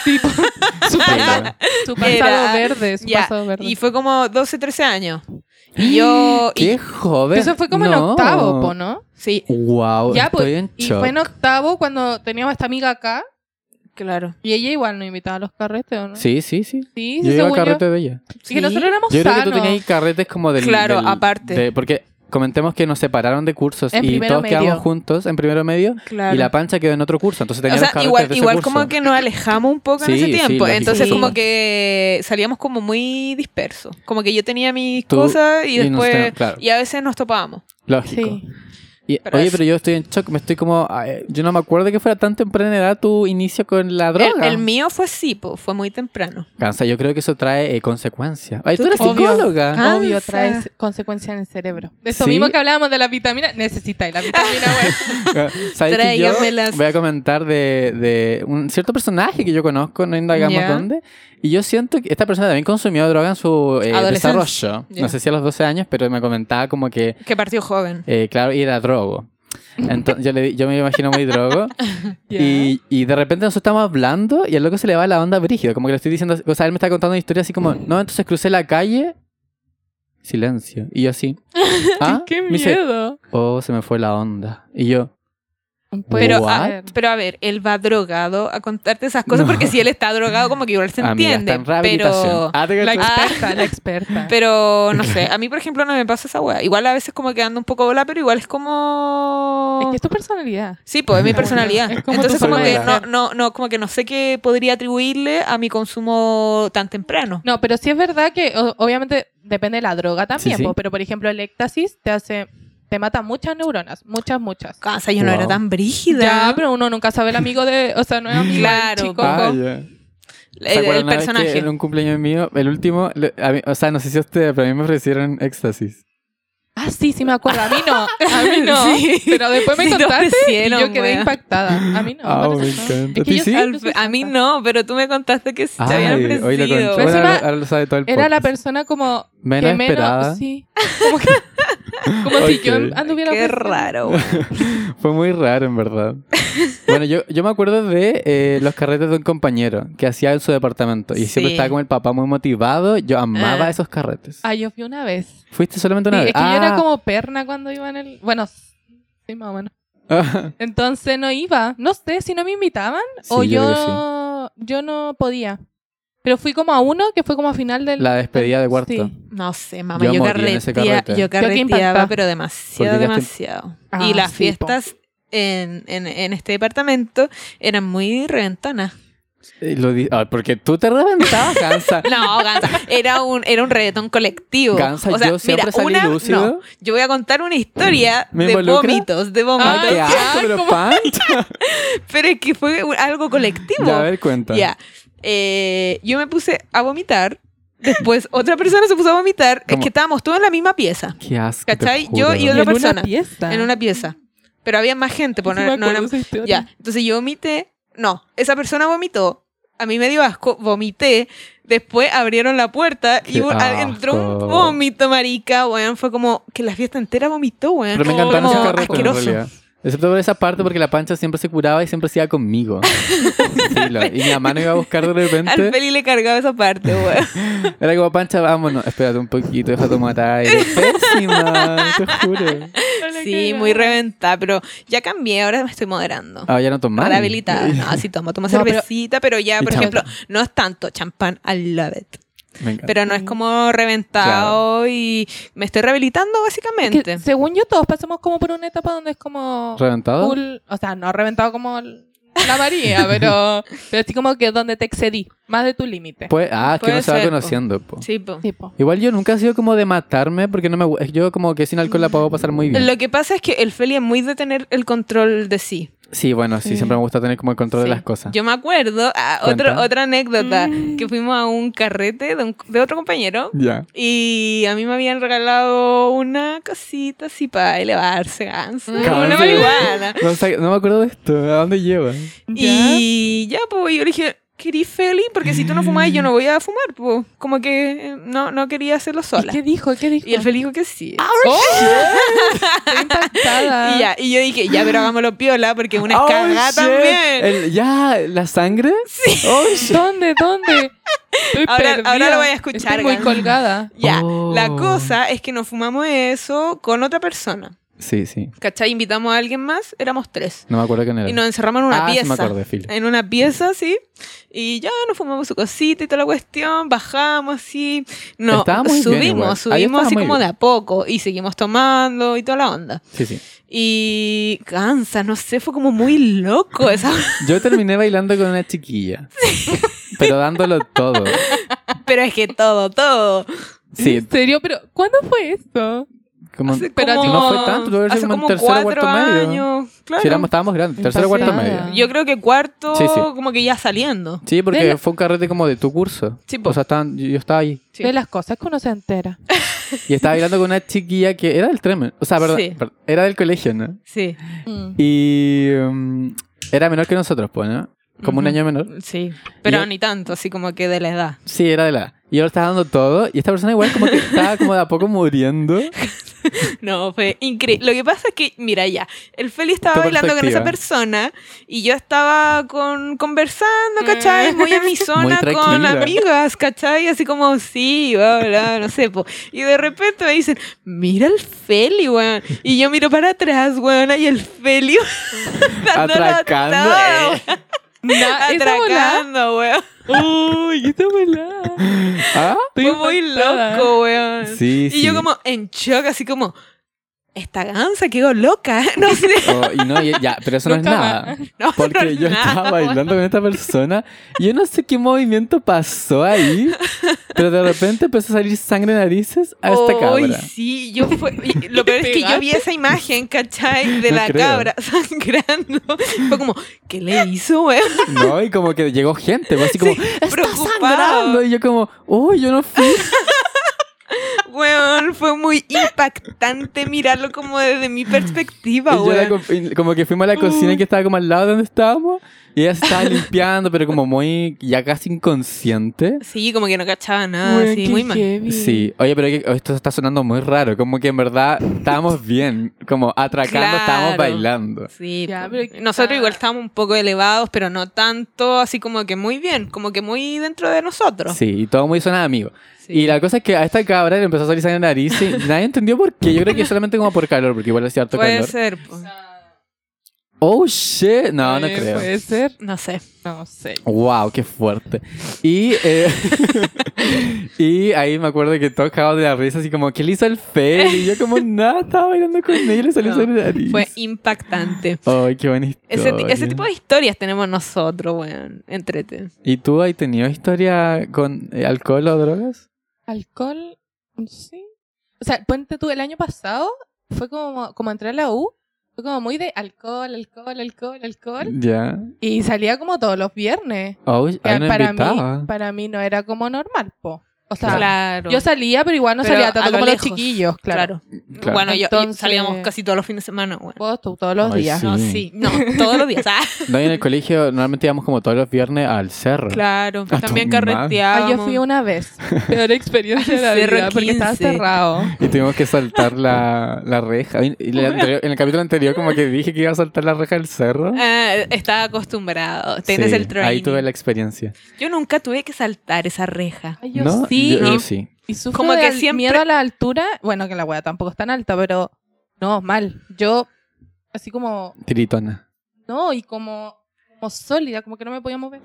Su pasado, su pasado Era- verde, su Ya, pasado verde. y fue como 12, 13 años. Y yo... y- ¡Qué joven! Eso fue como en No. octavo, po, ¿no? sí, Wow, Ya, estoy pues. en Y shock. fue en octavo cuando teníamos a esta amiga acá. claro. Y ella igual nos invitaba a los carretes, ¿o no? Sí. Sí, Yo iba a según carrete de ella. Y que nosotros éramos Yo creo que sanos. tú tenías carretes como del... Claro, del- aparte. porque comentemos que nos separaron de cursos En y primero todos medio. quedamos juntos en primero medio Claro. y la Pancha quedó en otro curso. Entonces O teníamos sea, carretes igual, de ese igual curso. como que nos alejamos un poco en Sí, ese sí, tiempo. lógico. Entonces Sí. como que salíamos como muy dispersos. Como que yo tenía mis Tú- cosas y y después... nosotros, claro. Y a veces nos topábamos. Lógico. Sí. Y, Pero oye, eso. pero yo estoy en shock. Me estoy como... yo no me acuerdo que fuera tan temprana edad tu inicio con la droga. El mío fue sí, po, fue muy temprano. Cansa, yo creo que eso trae consecuencias. Ay, tú Tú- eres Obvio. psicóloga. Ah. Obvio, Cansa. trae consecuencias en el cerebro. De eso ¿Sí? mismo que hablábamos de la vitamina, necesitáis la vitamina, güey. ¿Sabes que yo Tráigamelas. voy a comentar de un cierto personaje que yo conozco, no indagamos Ya. dónde, y yo siento que esta persona también consumió droga en su Adolescencia. desarrollo. Ya. No sé si a los 12 años, pero me comentaba como que, Que partió joven. claro, y era drogo. Entonces yo me imagino muy drogo. Ya. Y de repente nosotros estamos hablando y al loco se le va la onda brígida. Como que le estoy diciendo, o sea, él me está contando una historia así como, no, entonces crucé la calle. Silencio. Y yo así. ¿Ah? ¡Qué Me dice, miedo! oh, se me fue la onda. Y yo, Pero, What? pero a ver, él va drogado a contarte esas cosas No. porque si él está drogado como que igual se amiga, entiende. está en rehabilitación. Pero, Ah, te La cachai. experta, la experta. pero no sé, a mí por ejemplo no me pasa esa wea. Igual a veces como que ando un poco bola, pero igual es como... Es que es tu personalidad. Sí, pues es mi personalidad. Es como Entonces tu como forma que de ser. no, como que no sé qué podría atribuirle a mi consumo tan temprano. No, pero sí es verdad que obviamente depende de la droga también, Sí, sí. po, pero por ejemplo el éxtasis te mata muchas neuronas, muchas. Casa, yo no Wow. era tan brígida. Ya, pero uno nunca sabe el amigo de, o sea, no es amigo Claro, del chico. Ah, ya. ¿Se acuerdan El una vez personaje. que en un cumpleaños mío, el último, o sea, no sé si a ustedes, pero a mí me ofrecieron éxtasis. Ah, sí, me acuerdo. A mí no. Sí. Pero después me Sí, te contaste y ofrecieron, yo quedé wea. impactada. A mí no. Ah, por me eso no. encanta. Es ¿A que ti yo sí? siempre soy A mí santa. no, pero tú me contaste que sí te habían Ay, ofrecido. hoy la concha. Pero Bueno, encima ahora lo sabe todo el Era la podcast. persona como Menos que esperada. Sí. Como si yo Ok. anduviera Qué ofreciendo. raro. güey. Fue muy raro, en verdad. Bueno, yo me acuerdo de los carretes de un compañero que hacía en su departamento. Y siempre Sí. estaba con el papá muy motivado. Yo amaba Ah. esos carretes. Ah, yo fui una vez. ¿Fuiste solamente Sí, una vez? es que yo era Ah. como perna cuando iba en el... Bueno, sí, más o menos. Entonces no iba. No sé si no me invitaban o Sí, yo creo yo no podía. Pero fui como a uno que fue como a final del... La despedida de cuarto. Sí. No sé, mamá, Yo yo, morí en ese carreteaba, carrete. yo quedé carreteaba, impactada. pero demasiado, Porque ya demasiado. Ah, Y las sí, fiestas en este departamento eran muy reventonas. Porque tú te reventabas, Gansa. No, Gansa, era un reggaetón colectivo. Gansa, o sea, yo siempre salí lúcido. No, yo voy a contar una historia ¿Me de involucra? vómitos, Ah, Ay, qué ya, asco, pero ¿cómo? Pancha. pero es que fue algo colectivo. Ya, a ver, cuenta. Ya. Yo me puse a vomitar. Después otra persona se puso a vomitar. Es ¿Cómo? que estábamos todos en la misma pieza. Qué asco. te ¿Cachai? juro. Yo y Y otra en persona. una pieza. En una pieza. Pero había más gente. Pues, Sí no, me no acuerdo era- esa historia. ya. Entonces yo vomité. No, esa persona vomitó. A mí me dio asco. Vomité. Después abrieron la puerta y Qué entró un asco. vómito, marica. Weón, fue como que la fiesta entera vomitó, weón. Pero me encantaban Como esos carretes, en asqueroso. realidad. Excepto por esa parte porque la Pancha siempre se curaba y siempre se iba conmigo. Filo. Y mi mamá no iba a buscar de Al repente. Feli le cargaba esa parte, weón. Era como, Pancha, vámonos. Espérate un poquito, deja tu matar. Pésima, te juro. Sí, muy reventada, pero ya cambié, ahora me estoy moderando. Ah, ya no tomas. Rehabilitada. No, sí tomo No, pero- cervecita, pero ya, Y por champán. ejemplo, no es tanto champán, I love it. Me encanta. Pero no es como reventado y me estoy rehabilitando Es que, básicamente. según yo, todos pasamos como por una etapa donde es como... ¿Reventado? full- o sea, no reventado como la María, pero así como que donde te excedí, más de tu límite. Pues, es que Puede uno se va ser, po. conociendo, po. Sí, po. Tipo. Igual yo nunca he sido como de matarme porque no me gu- yo como que sin alcohol la puedo pasar muy bien. Lo que pasa es que el Feli es muy de tener el control de sí. Sí, bueno, sí, Sí. siempre me gusta tener como el control Sí. de las cosas. Yo me acuerdo, Cuenta. otra anécdota, que fuimos a un carrete de otro compañero Ya. y a mí me habían regalado una cosita así para elevarse, ganso, Cabrón, una sí. marihuana. No, o sea, no me acuerdo de esto. ¿A dónde lleva? Y ya, pues yo le dije, ¿querís Feli? Porque si tú no fumas, yo no voy a fumar, pues. Como que no quería hacerlo ¿Y sola. qué dijo? ¿Qué dijo? Y el Feli dijo que sí. ¡Oh! Estoy impactada. Y yo dije, ya, pero hagámoslo piola, porque una es Oh, cagada shit. también. ¿Ya? ¿La sangre? Sí. Oh, shit. ¿Dónde? Estoy Ahora perdida. lo voy a escuchar, Estoy muy Gan. colgada. Ya, Oh. la cosa es que nos fumamos eso con otra persona. Sí, sí. ¿Cachai? Invitamos a alguien más, éramos 3. No me acuerdo quién era. Y nos encerramos en una Ah, sí pieza. me acordé, Phil. En una pieza, sí. Y ya nos fumamos su cosita y toda la cuestión. Bajamos así. No, Estaba muy bien igual. subimos Ahí estaba así muy como bien. de a poco. Y seguimos tomando y toda la onda. Sí, sí. Y cansa, no sé, fue como muy loco esa. Yo terminé bailando con una chiquilla. Pero dándolo todo. Pero es que todo. Sí, ¿En serio? ¿Pero cuándo fue esto? como... Hace Pero como- no fue tanto, tuvo que ser hace como como en tercero o 4 cuarto medio. años. Claro. Sí, estábamos grandes, tercero o cuarto Impactada. medio. Yo creo que cuarto, Sí, sí. como que ya saliendo. Sí, porque De la- fue un carrete como de tu curso. Sí, po. O sea, yo estaba ahí. Sí. De las cosas que uno se entera. Y estaba bailando con una chiquilla que era del Tremen. O sea, perdón, Sí. era del colegio, ¿no? Sí, Mm. Y era menor que nosotros, pues, ¿no? Como un Ujú. año menor. sí. Pero Yo- ni tanto, así como que de la edad. Sí, era de la edad. Y yo le estaba dando todo. Y esta persona igual como que estaba como de a poco muriendo. No, fue increíble. Lo que pasa es que, mira ya, el Feli estaba Tu bailando con esa perspectiva. persona y yo estaba conversando, ¿cachai? Muy en mi zona Muy con tranquila. amigas, ¿cachai? Así como, sí, bla, bla, no sé, po. Y de repente me dicen, mira el Feli, weón. Y yo miro para atrás, weón, y el Feli dándolo Atracando. todo, Esa bola. atracando, weón. Uy, esta bola. ¿Ah? Fue Estoy muy impactada. loco, weón. Sí, Y sí. yo como en shock, así como, esta gansa quedó loca, no sé. Oh, y no, ya, pero eso no es Nunca nada. más. No, Porque no es yo nada, estaba bailando con esta persona y yo no sé qué movimiento pasó ahí, pero de repente empezó a salir sangre de narices a esta Uy, cabra. sí, yo fue, y lo peor es que yo vi esa imagen, ¿cachai? De No la creo. cabra sangrando. Fue como, ¿qué le hizo, weón? No, y como que llegó gente, pues, así como, ¡está preocupado. sangrando! Y yo como, ¡uy, yo no fui! Weón, fue muy impactante mirarlo como desde mi perspectiva, Y yo la weón. como que fuimos a la cocina que estaba como al lado de donde estábamos y ella se estaba limpiando, pero como muy, ya casi inconsciente. Sí, como que no cachaba nada, Weón, sí, qué muy mal. heavy. Sí, oye, pero esto está sonando muy raro, como que en verdad estábamos bien, como atracando, Claro. estábamos bailando. Sí, Ya, po. pero Nosotros está- igual estábamos un poco elevados, pero no tanto, así como que muy bien, como que muy dentro de nosotros. Sí, y todo muy zona de amigos. Sí. Y la cosa es que a esta cabra le empezó a salir sangre en la nariz y nadie entendió por qué. Yo creo que solamente como por calor, porque igual hacía harto Puede calor. ser, po. Oh, shit. No, no creo. Puede ser. No sé. No sé. Wow, qué fuerte. Y, y ahí me acuerdo que todos cagados de la risa, así como, ¿qué le hizo el Feli? Y yo como, nada, estaba bailando con ella y le salió No, sangre en la nariz. Fue impactante. Ay, qué buena historia. Ese tipo de historias tenemos nosotros, weón. Entrete. ¿Y tú has tenido historia con alcohol o drogas? Alcohol, sí. O sea, ponte tú, el año pasado fue como entré a la U, fue como muy de alcohol. Ya. Y salía como todos los viernes. Oh, Que ahí no invitaba. para mí no era como normal, po. O O sea, Claro. yo salía, pero igual no Pero salía a tanto lo como los lejos. chiquillos, claro. Claro. Bueno, Entonces- salíamos casi todos los fines de semana, bueno. Vos tú, todos los Ay, días. sí. No, sí. No, todos los días. Ah, No, y en el colegio normalmente íbamos como todos los viernes al cerro. claro. A También tu madre. carreteábamos. Yo fui una vez. Peor experiencia de la Cerro vida porque estaba 15. cerrado. Y tuvimos que saltar la reja. Y en el capítulo anterior como que dije que iba a saltar la reja del cerro. Estaba acostumbrado. Tienes Sí, el training. ahí tuve la experiencia. Yo nunca tuve que saltar esa reja. Ay, yo ¿No? sí. Yo y, sí. y sufro Como de que siempre- miedo a la altura. Bueno, que la wea tampoco es tan alta, pero no, mal. Yo, así como, Tiritona. no, y como sólida, como que no me podía mover.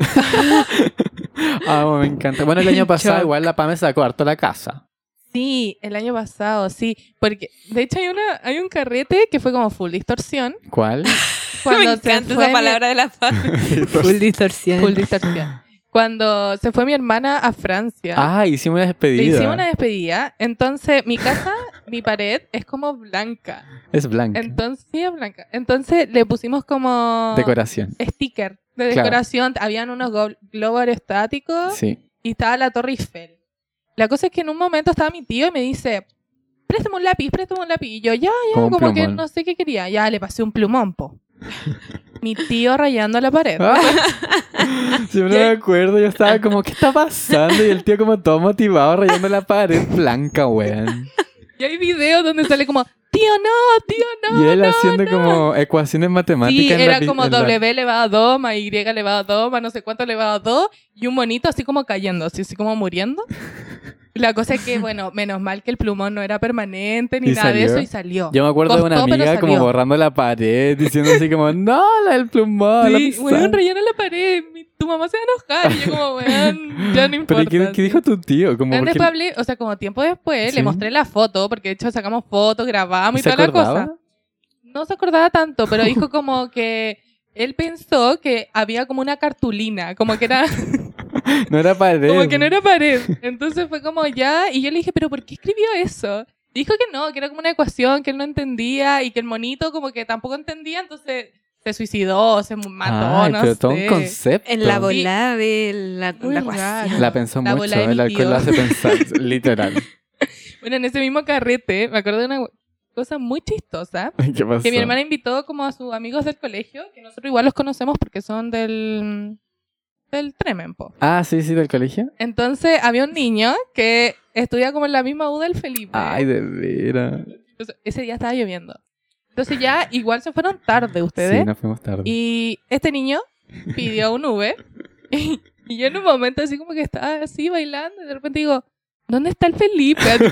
Ah, me encanta. Bueno, el año pasado Shock. igual la Pame sacó harto la casa. Sí, el año pasado, sí. Porque, de hecho, hay un carrete que fue como full distorsión. ¿Cuál? Cuando Me se encanta fue esa palabra de la paz. Full distorsión. Full distorsión. Cuando se fue mi hermana a Francia. Ah, hicimos una Le despedida. hicimos una despedida. Entonces, mi casa, mi pared es como blanca. Es blanca. Entonces, sí, es blanca. Entonces, le pusimos como Decoración. sticker de Claro. decoración. Habían unos globos aerostáticos Sí. y estaba la Torre Eiffel. La cosa es que en un momento estaba mi tío y me dice, préstame un lápiz, préstame un lápiz. Y yo, ya, Como un como que plumón. no sé qué quería. Ya, le pasé un plumón, po. Mi tío rayando la pared. Ah, siempre me acuerdo, yo estaba como, ¿qué está pasando? Y el tío como todo motivado rayando la pared blanca, weón. Y hay videos donde sale como, tío, no. Y él haciendo como ecuaciones matemáticas Sí, en la era pi- como en la- W elevado a 2 más Y elevado a 2 más no sé cuánto elevado a 2 y un monito así como cayendo, así como muriendo. La cosa es que, bueno, menos mal que el plumón no era permanente ni ¿Y nada de salió? eso y salió. Yo me acuerdo de una Costó, pero amiga como salió. borrando la pared, diciendo así como, no, la del plumón, la Sí, pizarra". weón, rellena la pared, tu mamá se va a enojar. Y yo como, weón, ya no importa. Pero ¿y qué sí. dijo tu tío? Como Weón, porque después hablé, o sea, como tiempo después, Sí. le mostré la foto, porque de hecho sacamos fotos, grabamos y ¿se toda la acordaba? cosa. No se acordaba tanto, pero dijo como que él pensó que había como una cartulina, como que era, No era pared. como que no era pared. Entonces fue como ya, y yo le dije, pero ¿por qué escribió eso? Dijo que no, que era como una ecuación que él no entendía y que el monito como que tampoco entendía, entonces se suicidó, se mató, Ay, no pero sé. todo un concepto. En la volada de la Muy ecuación. raro. La pensó La mucho, bola de mi el alcohol tío. la hace pensar, literal. Bueno, en ese mismo carrete, me acuerdo de una cosa muy chistosa. ¿Qué pasó? Que mi hermana invitó como a sus amigos del colegio, que nosotros igual los conocemos porque son del Tremen, po. Ah, sí, sí, del colegio. Entonces había un niño que estudia como en la misma U del Felipe. Ay, de veras. Entonces, ese día estaba lloviendo. Entonces ya igual se fueron tarde ustedes. Sí, nos fuimos tarde. Y este niño pidió un Uber. Y yo en un momento así como que estaba así bailando y de repente digo, ¿dónde está el Felipe? Así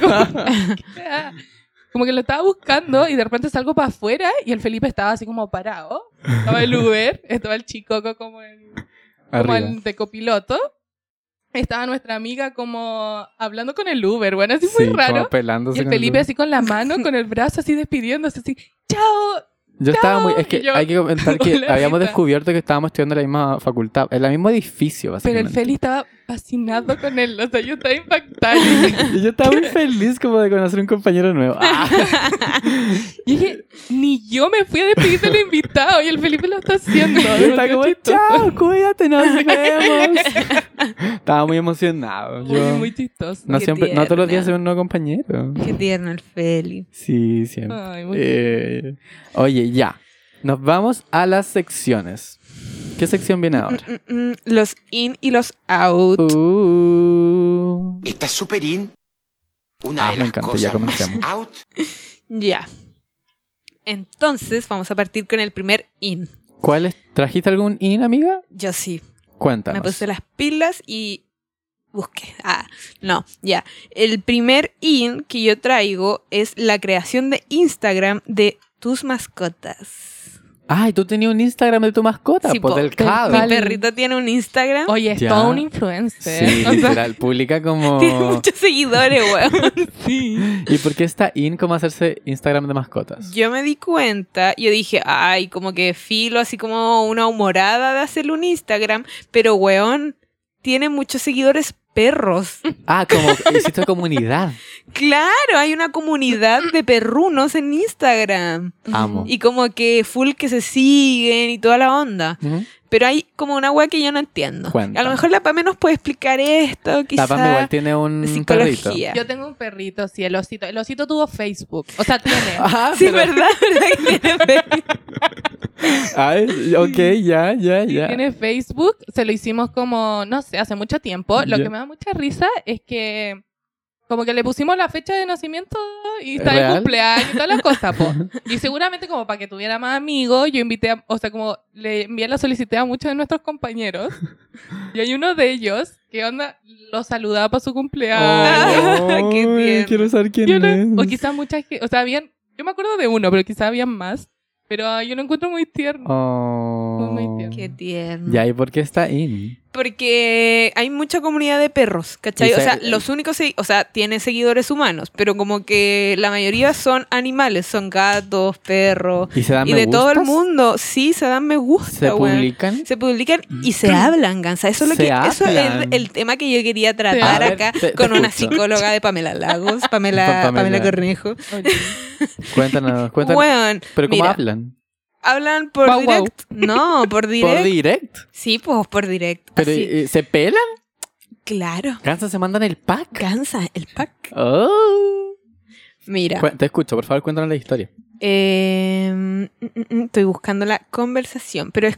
como que lo estaba buscando y de repente salgo para afuera y el Felipe estaba así como parado. Estaba el Uber, estaba el chicoco como Arriba. el de copiloto. Estaba nuestra amiga como hablando con el Uber, bueno, así Sí, muy raro. como pelándose Y el con Felipe luz. así con la mano, con el brazo así despidiéndose, así, ¡chao! Yo estaba muy... Es que Y yo, hay que comentar que hola, habíamos Rita. descubierto que estábamos estudiando en la misma facultad, en el mismo edificio, Pero básicamente. el Feli estaba fascinado con él, o sea, yo estaba impactada. Y yo estaba muy feliz como de conocer un compañero nuevo. Ah, Y dije, ni yo me fui a despedir del invitado y el Felipe lo está haciendo. yo estaba como, Demasiado chistoso. chao, cuídate, nos vemos. Estaba muy emocionado. Muy, Yo, muy chistoso. no, Qué siempre, no todos los días tierna. se ve un nuevo compañero. Qué tierno el Feli. Sí, siempre. Ay, muy Oye, ya. Nos vamos a las secciones. ¿Qué sección viene ahora? Los in y los out. Esta es super in. Una de me las encanta, cosas ya más comencemos. out. Ya. Entonces, vamos a partir con el primer in. ¿Cuál es? ¿Trajiste algún in, amiga? Yo sí. Cuéntanos. Me puse las pilas y busqué. No, ya. El primer in que yo traigo es la creación de Instagram de tus mascotas. Ay, tú tenías un Instagram de tu mascota, Sí, pues po, del Mi Cal. perrito tiene un Instagram. Oye, es Ya. todo un influencer. Sí, O sea, literal. Publica como... Tiene muchos seguidores, weón. sí. ¿Y por qué está in como hacerse Instagram de mascotas? Yo me di cuenta, yo dije, ay, como que filo, así como una humorada de hacerle un Instagram, pero weón, tiene muchos seguidores perros. Ah, como hiciste comunidad. Claro, hay una comunidad de perrunos en Instagram. Amo. Y como que full que se siguen y toda la onda. Ujú. Pero hay como una wea que yo no entiendo. Cuéntame. A lo mejor la Pame nos puede explicar esto, La quizás. Pam igual tiene un perrito. psicología. Yo tengo un perrito, sí, el osito. El osito tuvo Facebook. O sea, tiene. Ah, Sí, pero- ¿verdad? ¿Verdad que tiene Facebook? Ay, ok, ya. Tiene Facebook, se lo hicimos como, no sé, hace mucho tiempo. Lo Ya. que me da mucha risa es que como que le pusimos la fecha de nacimiento y está ¿Real? el cumpleaños y todas las cosas, po. Y seguramente como para que tuviera más amigos, yo invité, o sea, como le envié la solicitud a muchos de nuestros compañeros. Y hay uno de ellos que onda, lo saludaba para su cumpleaños. Oh, Qué tierno. quiero saber quién Yo no- es. o quizás muchas, o sea, habían, yo me acuerdo de uno, pero quizás habían más. Pero yo lo encuentro muy tierno. Oh. Muy tierno. Qué tierno. Ya, ¿y por qué está in? Porque hay mucha comunidad de perros, ¿cachai? Y O se- sea, los únicos, o sea, tiene seguidores humanos, pero como que la mayoría son animales, son gatos, perros, ¿Y se dan y me de todo el gustas? mundo. Sí, se dan me gusta, ¿Se weón. publican? Se publican y se hablan, Gansa. Eso es, Se eso es hablan. el tema que yo quería tratar A ver, acá te con una escucho. psicóloga de Pamela Lagos, Pamela Pamela. Cornejo. Oye. Cuéntanos. Weón, ¿Pero cómo mira, hablan? hablan por Guau, guau. direct. No, por ¿Por direct. direct? Sí, pues por direct. ¿Pero Así. se pelan? Claro. ¿Kansas se mandan el pack? Gansa, el pack. Oh. Mira. Te escucho, por favor, cuéntanos la historia. Estoy buscando la conversación, pero es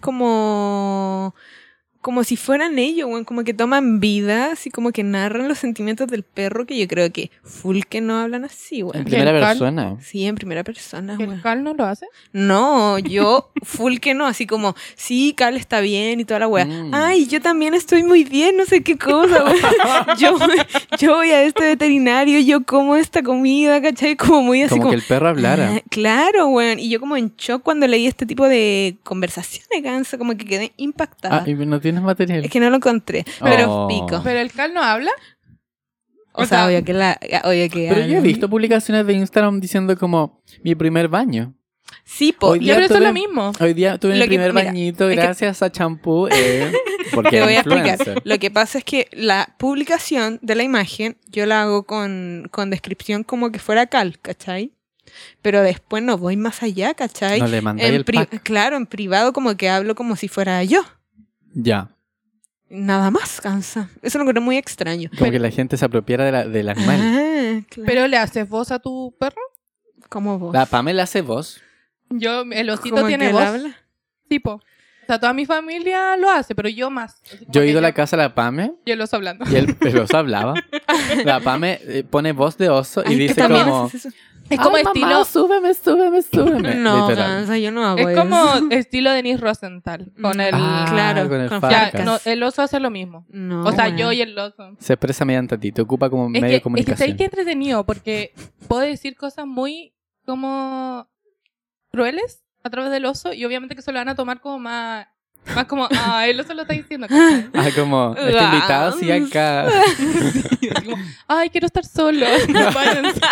como si fueran ellos, weón, como que toman vida, así como que narran los sentimientos del perro, que yo creo que full que no hablan así, En weón. primera ¿El Cal? persona. Sí, en primera persona, ¿El weón. Cal no lo hace? No, yo full que no, así como, sí, Cal está bien y toda la wea. Mm. Ay, yo también estoy muy bien, no sé qué cosa, weón. Yo voy a este veterinario, yo como esta comida, ¿cachai? Como muy así Como como... que el perro hablara. Ah, claro, weón. Y yo como en shock cuando leí este tipo de conversaciones, Gansa, como que quedé impactada. Ah, y no tienes material. Es que no lo encontré, pero Oh. pico. ¿Pero el Cal no habla? O sea, obvio que Pero yo he visto publicaciones de Instagram diciendo como mi primer baño. Sí, po. Hoy Ya, día pero eso es tuve- lo mismo. Hoy día tuve Lo mi que- primer mira, bañito es que- gracias a champú. Porque Te era voy a explicar. influencer. Lo que pasa es que la publicación de la imagen yo la hago con descripción como que fuera Cal, ¿cachai? Pero después no voy más allá, ¿cachai? No le mandáis el pack. Claro, en privado como que hablo como si fuera yo. Ya. Nada más, Gansa. Eso lo encontré muy extraño. Como que la gente se apropiara del animal. Ah, claro. ¿Pero le haces voz a tu perro? ¿Cómo vos? La Pamela hace voz. Yo, el osito ¿Cómo tiene que él voz. habla? Tipo. O sea, toda mi familia lo hace, pero yo más. Así como Yo he que ido a la casa de la Pame Yo el oso hablando. y el oso hablaba. La Pame pone voz de oso y Ay, ¿tú dice también como... haces eso? Es como "Ay, estilo... mamá, súbeme. No, Literal. Gansa, yo no hago Es eso. como estilo Denise Rosenthal. Con el... Ah, claro, con el con Farcas. ya, no, el oso hace lo mismo. No, O sea, bueno. yo y el oso. Se expresa mediante a ti. Te ocupa como medio de Es que comunicación. ¿sabes qué entretenido? Porque puedo decir cosas muy como crueles a través del oso y obviamente que se lo van a tomar como más como, el oso lo está diciendo. ¿cachai? Ah, como, este invitado sí acá. Y así como, ay, quiero estar solo. Váyanse.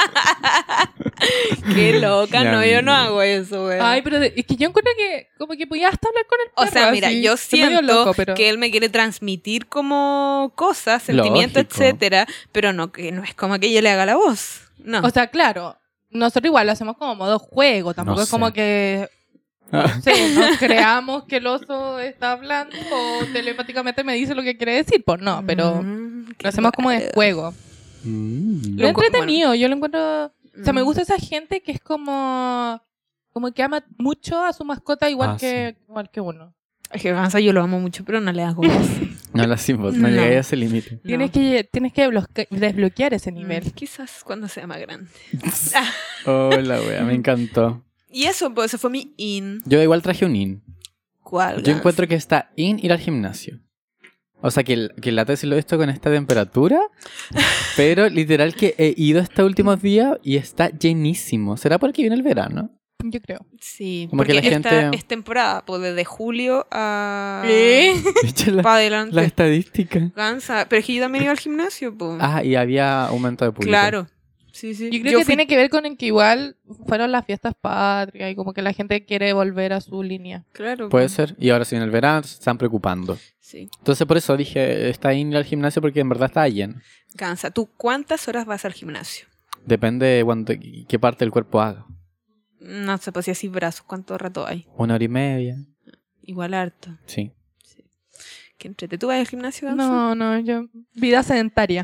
Qué loca, Ya, no, yo no mira. hago eso, güey. Ay, pero es que yo encuentro que como que podía hasta hablar con el O perro. sea, mira, así. yo Es medio siento loco, pero- que él me quiere transmitir como cosas, sentimientos, Lógico. etcétera, pero no, que no es como que yo le haga la voz. No. O sea, claro, nosotros igual lo hacemos como modo juego, tampoco No es como sé. que no sé, nos creamos que el oso está hablando o telepáticamente me dice lo que quiere decir, pues no, pero Qué lo hacemos como de raro. juego. Mm. Lo Lo encu- entretenido, yo lo encuentro... O sea, me Mm. gusta esa gente que es como que ama mucho a su mascota igual igual que uno. Es que Gansa yo lo amo mucho, pero no le hago voz. No la sin voz, no No. llegué a ese límite. No. Tienes que desbloquear ese nivel. Quizás cuando sea más grande. Hola, wea, me encantó. Y eso, pues, ese fue mi in. Yo igual traje un in. ¿Cuál? Yo Gansa? encuentro que está in ir al gimnasio. O sea, que lata decirlo esto con esta temperatura, pero literal que he ido estos últimos días y está llenísimo. ¿Será porque viene el verano? Yo creo. Sí, Como que porque la esta gente- es temporada, pues desde julio a... Echa la, para adelante. la estadística. Gansa. Pero es que yo también iba al gimnasio, pues. Ah, y había aumento de público. Claro. Sí, sí. Yo creo que tiene que ver con el que igual fueron las fiestas patrias y como que la gente quiere volver a su línea. Claro. Puede ser. Y ahora si en el verano se están preocupando. Sí. Entonces por eso dije, está ahí en ir al gimnasio porque en verdad está lleno. Cansa. ¿Tú cuántas horas vas al gimnasio? Depende de qué parte del cuerpo haga. No sé, pues si así brazos, ¿cuánto rato hay? 1 hora y media. Igual harto. Sí. ¿Qué entrete? ¿Tú vas al gimnasio, Ganso? No, yo... Vida sedentaria.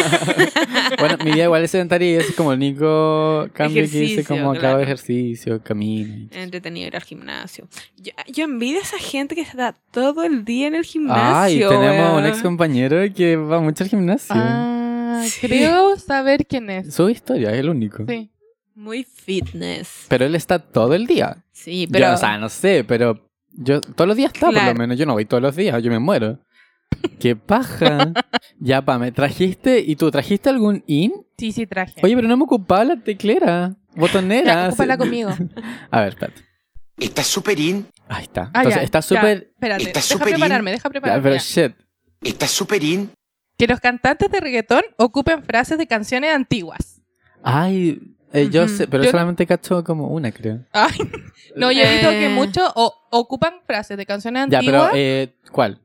Bueno, mi vida igual es sedentaria y ese es como el único cambio que hice, Ejercicio, como que claro. hago ejercicio, camino. Entretenido ir al gimnasio. Yo envidio a esa gente que está todo el día en el gimnasio. Ay, tenemos un weón. ex compañero que va mucho al gimnasio. Ah, Sí. creo saber quién es. Su historia, es el único. Sí. Muy fitness. Pero él está todo el día. Sí, pero... Yo, o sea, no sé, pero yo todos los días está, por Claro. lo menos. Yo no voy todos los días, yo me muero. ¡Qué paja! Ya, ¿me trajiste? ¿Y tú trajiste algún in? Sí, traje. Oye, pero no me ocupaba la teclera. Botonera. Ya, ocúpala conmigo. A ver, espérate. Está súper in. Ahí está. Ah, Entonces, ya, está ya. súper... Espérate, Está deja súper prepararme, in. deja Ya, prepararme. pero ya. shit. Está súper in. Que los cantantes de reggaetón ocupen frases de canciones antiguas. Ay, yo Ujú. sé, pero Yo no- solamente cacho como una, creo. Ay, no, yo he visto que Eh. muchos ocupan frases de canciones Ya, antiguas. pero, ¿cuál?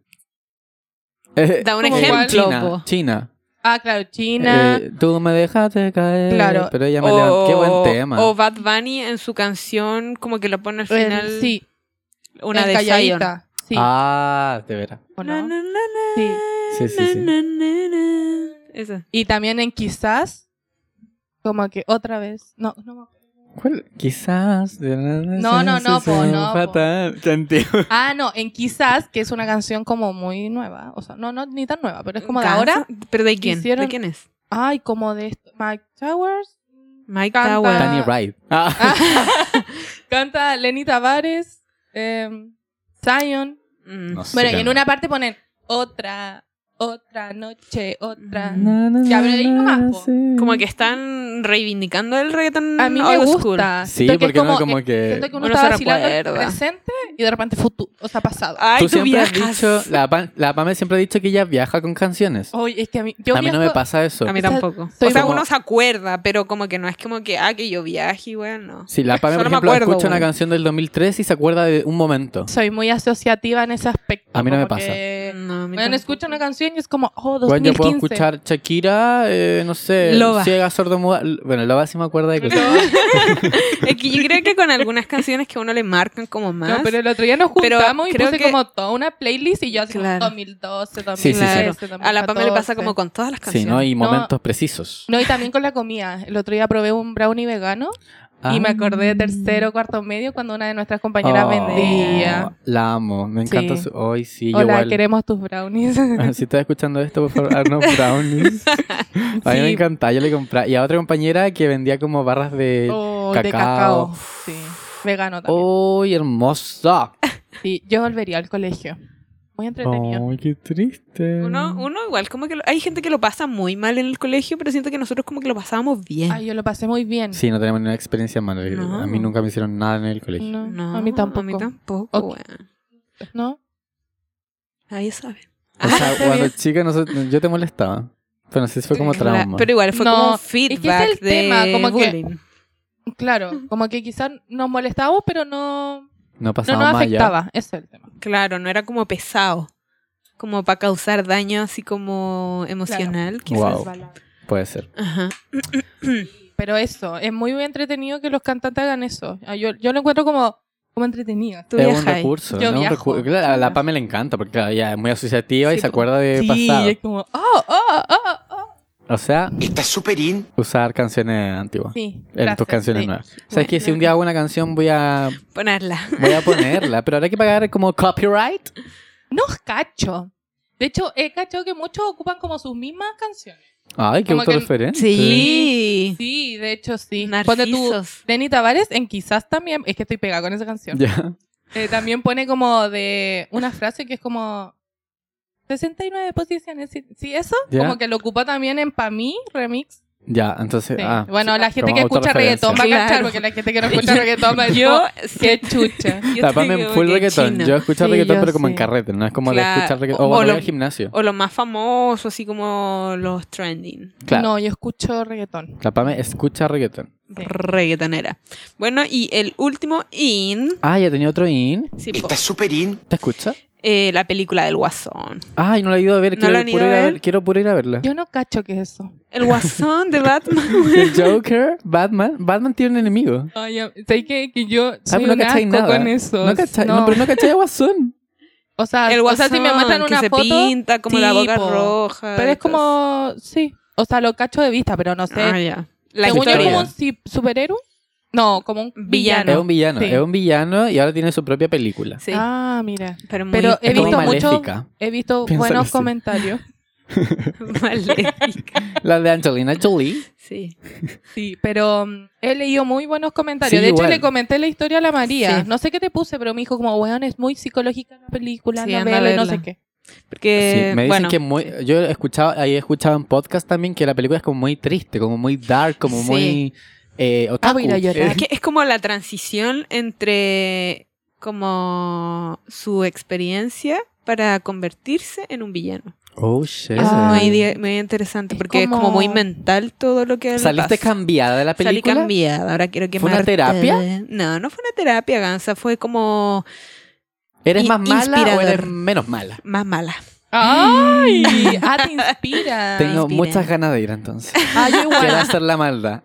Da un ¿Cómo ejemplo. China, po. China. Ah, claro, China. Tú me dejaste caer. Claro. Pero ella me levantó. Qué buen tema. O Bad Bunny en su canción, como que lo pone al final. Sí, Una en de Zion. calladita. Sí. Ah, de veras. ¿O Na, no? na, na, na, Sí. Sí, sí, sí. na, na, na. Esa. Y también en quizás, como que otra vez. No, no. ¿Cuál? Quizás. No, po, no, po. Fatal. Qué antiguo. Ah, no, en quizás, que es una canción como muy nueva. O sea, no ni tan nueva, pero es como de Cansa. ahora. ¿Pero de quién? hicieron- ¿De quién es? Ay, como de Mike Towers. Mike Canta- Tower. Danny Wright. Ah. Canta Lenny Tavares, Zion. Mm. No sé, Bueno, y en claro. una parte ponen otra noche, otra. Ya, pero de ahí nomás, po. Como que están reivindicando el reggaetón A mí me old gusta. school. Sí, Siento que porque es no como que... Siento que uno Uno está se vacilando el recuerda. presente y de repente futuro, o sea, pasado. Ay, Tú tú siempre has viajas. dicho... La Pame siempre ha dicho que ella viaja con canciones. Oye, es que a mí, yo A mí no me viajo- pasa eso. A mí O sea, tampoco. soy O sea, como- uno se acuerda, pero como que no es como que, que yo viaje, weón, no. Si la Pame, por Solo me ejemplo, acuerdo, escucha una güey. canción del 2003 y se acuerda de un momento. soy muy asociativa en ese aspecto. A mí no me como pasa. que, No, a mí bueno, tampoco. escucho una canción y es como, oh, Bueno, yo 2015. puedo escuchar Shakira, no sé, Loba. ciega, sordomuda. Bueno, Loba sí me acuerda de cosas. Es que yo creo que con algunas canciones que a uno le marcan como más. No, pero el otro día nos Pero juntamos y creo puse que- como toda una playlist y yo así como Claro. 2012, 2013, Sí, sí, sí. Claro. 2014. A la Pame le pasa como con todas las Sí, canciones. ¿no? Y No. momentos precisos. No, y también con la comida. El otro día probé un brownie vegano y me acordé de tercero, cuarto medio cuando una de nuestras compañeras Oh, vendía. La amo, me encanta Sí. su... Hoy sí, yo Hola, igual. queremos tus brownies. Si estás escuchando esto, por favor, haznos brownies. A mí me Sí. encanta, yo le compré. Y a otra compañera que vendía como barras de Oh, cacao. de cacao. Sí, vegano también. ¡Uy, hermosa! Sí, yo volvería al colegio. Muy entretenido. ¡Ay, qué triste! Uno igual, como que hay gente que lo pasa muy mal en el colegio, pero siento que nosotros como que lo pasábamos bien. Ay, yo lo pasé muy bien. Sí, no tenemos ninguna experiencia mala. No. A mí nunca me hicieron nada en el colegio. No, No, a mí tampoco. A mí tampoco, Ok. weón. ¿No? Nadie sabe. O sea, está cuando bien. chica yo te molestaba. Pero no sé si fue como trauma. Pero igual fue No, como un es que ese es feedback el de tema, como que- bullying. Claro, como que quizás nos molestábamos, pero no No nos pasaba más allá. afectaba. Ese es el tema. Claro, no era como pesado. Como para causar daño así como emocional. quizás. Wow. Puede ser. Ajá. Pero eso, es muy entretenido que los cantantes hagan eso. Ah, yo lo encuentro como entretenido. Tú Es un viajas. recurso. Yo ¿no? Un viajo. recurso. Claro, a la Pame le encanta porque claro, ella es muy asociativa y Sí, se po. acuerda de Sí, pasado. es como, O sea, Está súper in. usar canciones antiguas. Sí, En gracias, tus canciones sí. nuevas. ¿Sabes que si un día hago una canción voy a Ponerla. ponerla? Pero habrá que pagar como copyright. No cacho. De hecho, he cachado que muchos ocupan como sus mismas canciones. Ay, qué Como que- autorreferente. Sí. Sí, de hecho sí. Ponte tú, Narcisos. Lenny Tavares en quizás también, es que estoy pegada con esa canción. Ya. También pone como de una frase que es como 69 posiciones. Sí, eso Ya. como que lo ocupa también en Pa' mí, remix. Ya, entonces... Sí. Ah, Bueno, sí, la gente como que escucha autorreferencia. reggaetón va a cachar, Claro. porque la gente que no escucha reggaetón va a decir, Yo, qué chucha. yo Tápame tengo full que reggaetón. chino. Yo escucho Sí, reggaetón, yo pero como en sí. carrete. No es como de Claro. escuchar reggaetón. O O cuando voy lo- al gimnasio. O los más famosos, así como los trending. Claro. No, yo escucho reggaetón. La Pame escucha reggaetón. Sí. Reggaetonera. Bueno, y el último in. Ah, ya tenía otro in. Sí, po, Está súper in. ¿Te escucha? la película del Guasón. Ay, no la he ido a ver. ¿No la han ido a ver? Quiero puro ir a verla. Yo no cacho qué es eso. El Guasón de Batman. El Joker, Batman. Batman tiene un enemigo. Ay, sé que yo soy pero no un cachai asco nada. con eso. No, cachai, no, pero no cachai a Guasón. O sea, El Guasón si me muestran que una se foto, pinta como la boca tipo, roja. pero y es como, sí. O sea, lo cacho de vista, pero no sé. Ah, ya. La Según yo es historia. como un superhéroe. No, como un Villano. Es un villano. Sí. Es un villano y ahora tiene su propia película. Sí, Ah, mira. pero muy Pero he Es como visto mucho, Maléfica. he visto Piénsalo buenos así. comentarios. maléfica. La de Angelina Jolie. Sí. Sí, pero he leído muy buenos comentarios. Sí, de hecho, igual. le comenté la historia a la María. Sí. No sé qué te puse, pero me dijo como, weón, es muy psicológica la película, Sí, la anda a novela y no sé verla. qué. Porque, Sí, me dicen bueno, que muy... Yo he escuchado en podcast también que la película es como muy triste, como muy dark, como Sí. muy... otaku. voy a ir a llorar. es que es como la transición entre como su experiencia para convertirse en un villano. Oh, shit. Eso Ah. es muy interesante Es porque es como como- muy mental todo lo que le ¿Saliste pasa. cambiada de la Salí película? cambiada, ahora quiero que ¿Fue una terapia? No, no fue una terapia, Gansa, fue como ¿Eres más mala o inspirador. eres menos mala? más mala. ¡Ay! Ah, te inspira. Tengo inspira. muchas ganas de ir entonces. Ah, yo igual. Quiero hacer la maldad.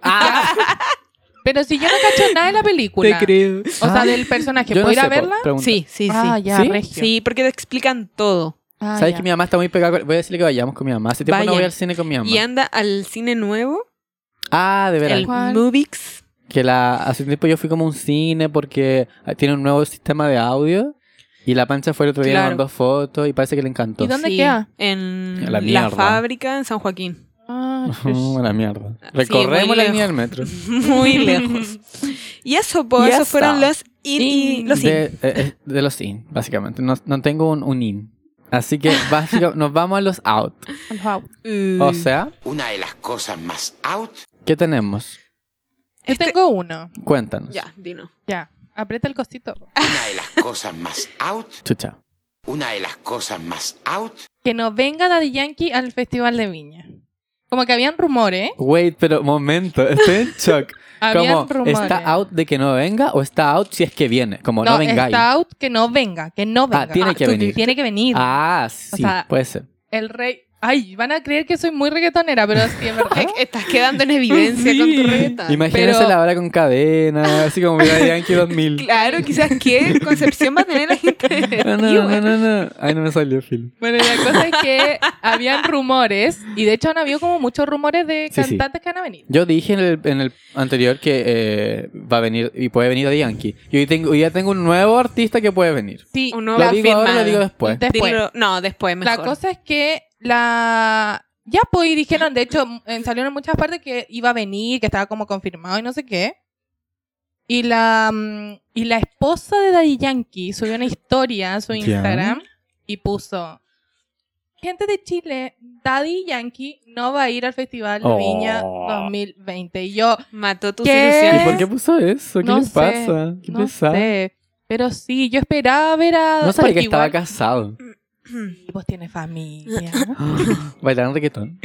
Pero si yo no cacho nada de la película. creo. O sea, del personaje, Yo no ¿puedo ir sé, a verla? pregunta. Sí, sí, Ah, sí. ya, ¿Sí? regio. Sí, porque te explican todo. Ah, ¿Sabes ya. que mi mamá está muy pegada? Voy a decirle que vayamos con mi mamá. Hace tiempo no Vayan. voy al cine con mi mamá. Y anda al cine nuevo, Ah, de veras. el ¿Cuál? Movix. Que hace tiempo yo fui como a un cine porque tiene un nuevo sistema de audio. Y la Pancha fue el otro día y me Claro. mandó fotos y parece que le encantó. ¿Y dónde Sí, queda? En La la, mierda. fábrica en San Joaquín. Ah, La mierda. Sí, Recorremos muy la lejos. línea del metro. Muy lejos. Y eso, pues, Y esos eso. fueron los in y los in. De los in, básicamente. No tengo un in. Así que básicamente nos vamos a los out. wow. O sea, Una de las cosas más out. ¿qué tenemos? Yo tengo uno. Cuéntanos. Ya, dino. Ya. Aprieta el cosito. Una de las cosas más out. Chucha. Una de las cosas más out. Que no venga Daddy Yankee al Festival de Viña. Como que habían rumores. Wait, pero momento, estoy en shock. Habían Como, rumores. ¿está out de que no venga o está out si es que viene? Como no, vengáis. está out que no venga, que no venga. tiene que tú- venir. Tiene que venir. Ah, sí, sea, puede ser. El rey. Ay, van a creer que soy muy reggaetonera, pero sí es verdad. Estás quedando en evidencia con tu reggaetón. Imagínense pero- la hora con cadena, así como mira Yankee 2000. Claro, quizás qué concepción va a tener la gente de No, ti, güey. no. Ay, no me salió, Phil. Bueno, la cosa es que habían rumores, y de hecho han habido como muchos rumores de Sí, sí. cantantes que van a venir. Yo dije en el anterior que va a venir y puede venir Daddy Yankee. Y hoy ya tengo un nuevo artista que puede venir. Sí, Uno Lo va digo ahora, firmado. lo digo después. después. Dilo- no, después mejor. La cosa es que ya pues y dijeron, de hecho, salieron en muchas partes que iba a venir, que estaba como confirmado y no sé qué. Y la esposa de Daddy Yankee subió una historia a su Ya. Instagram y puso: gente de Chile, Daddy Yankee no va a ir al Festival de Viña Oh. 2020. Y yo, Mató tus ¿Qué? ilusiones. ¿Y por qué puso eso? ¿Qué no le sé, pasa? ¿Qué no pesado? sé. Pero sí, yo esperaba ver a... No sabía porque que estaba igual- casado. Y pues tiene familia. Bailando reggaetón.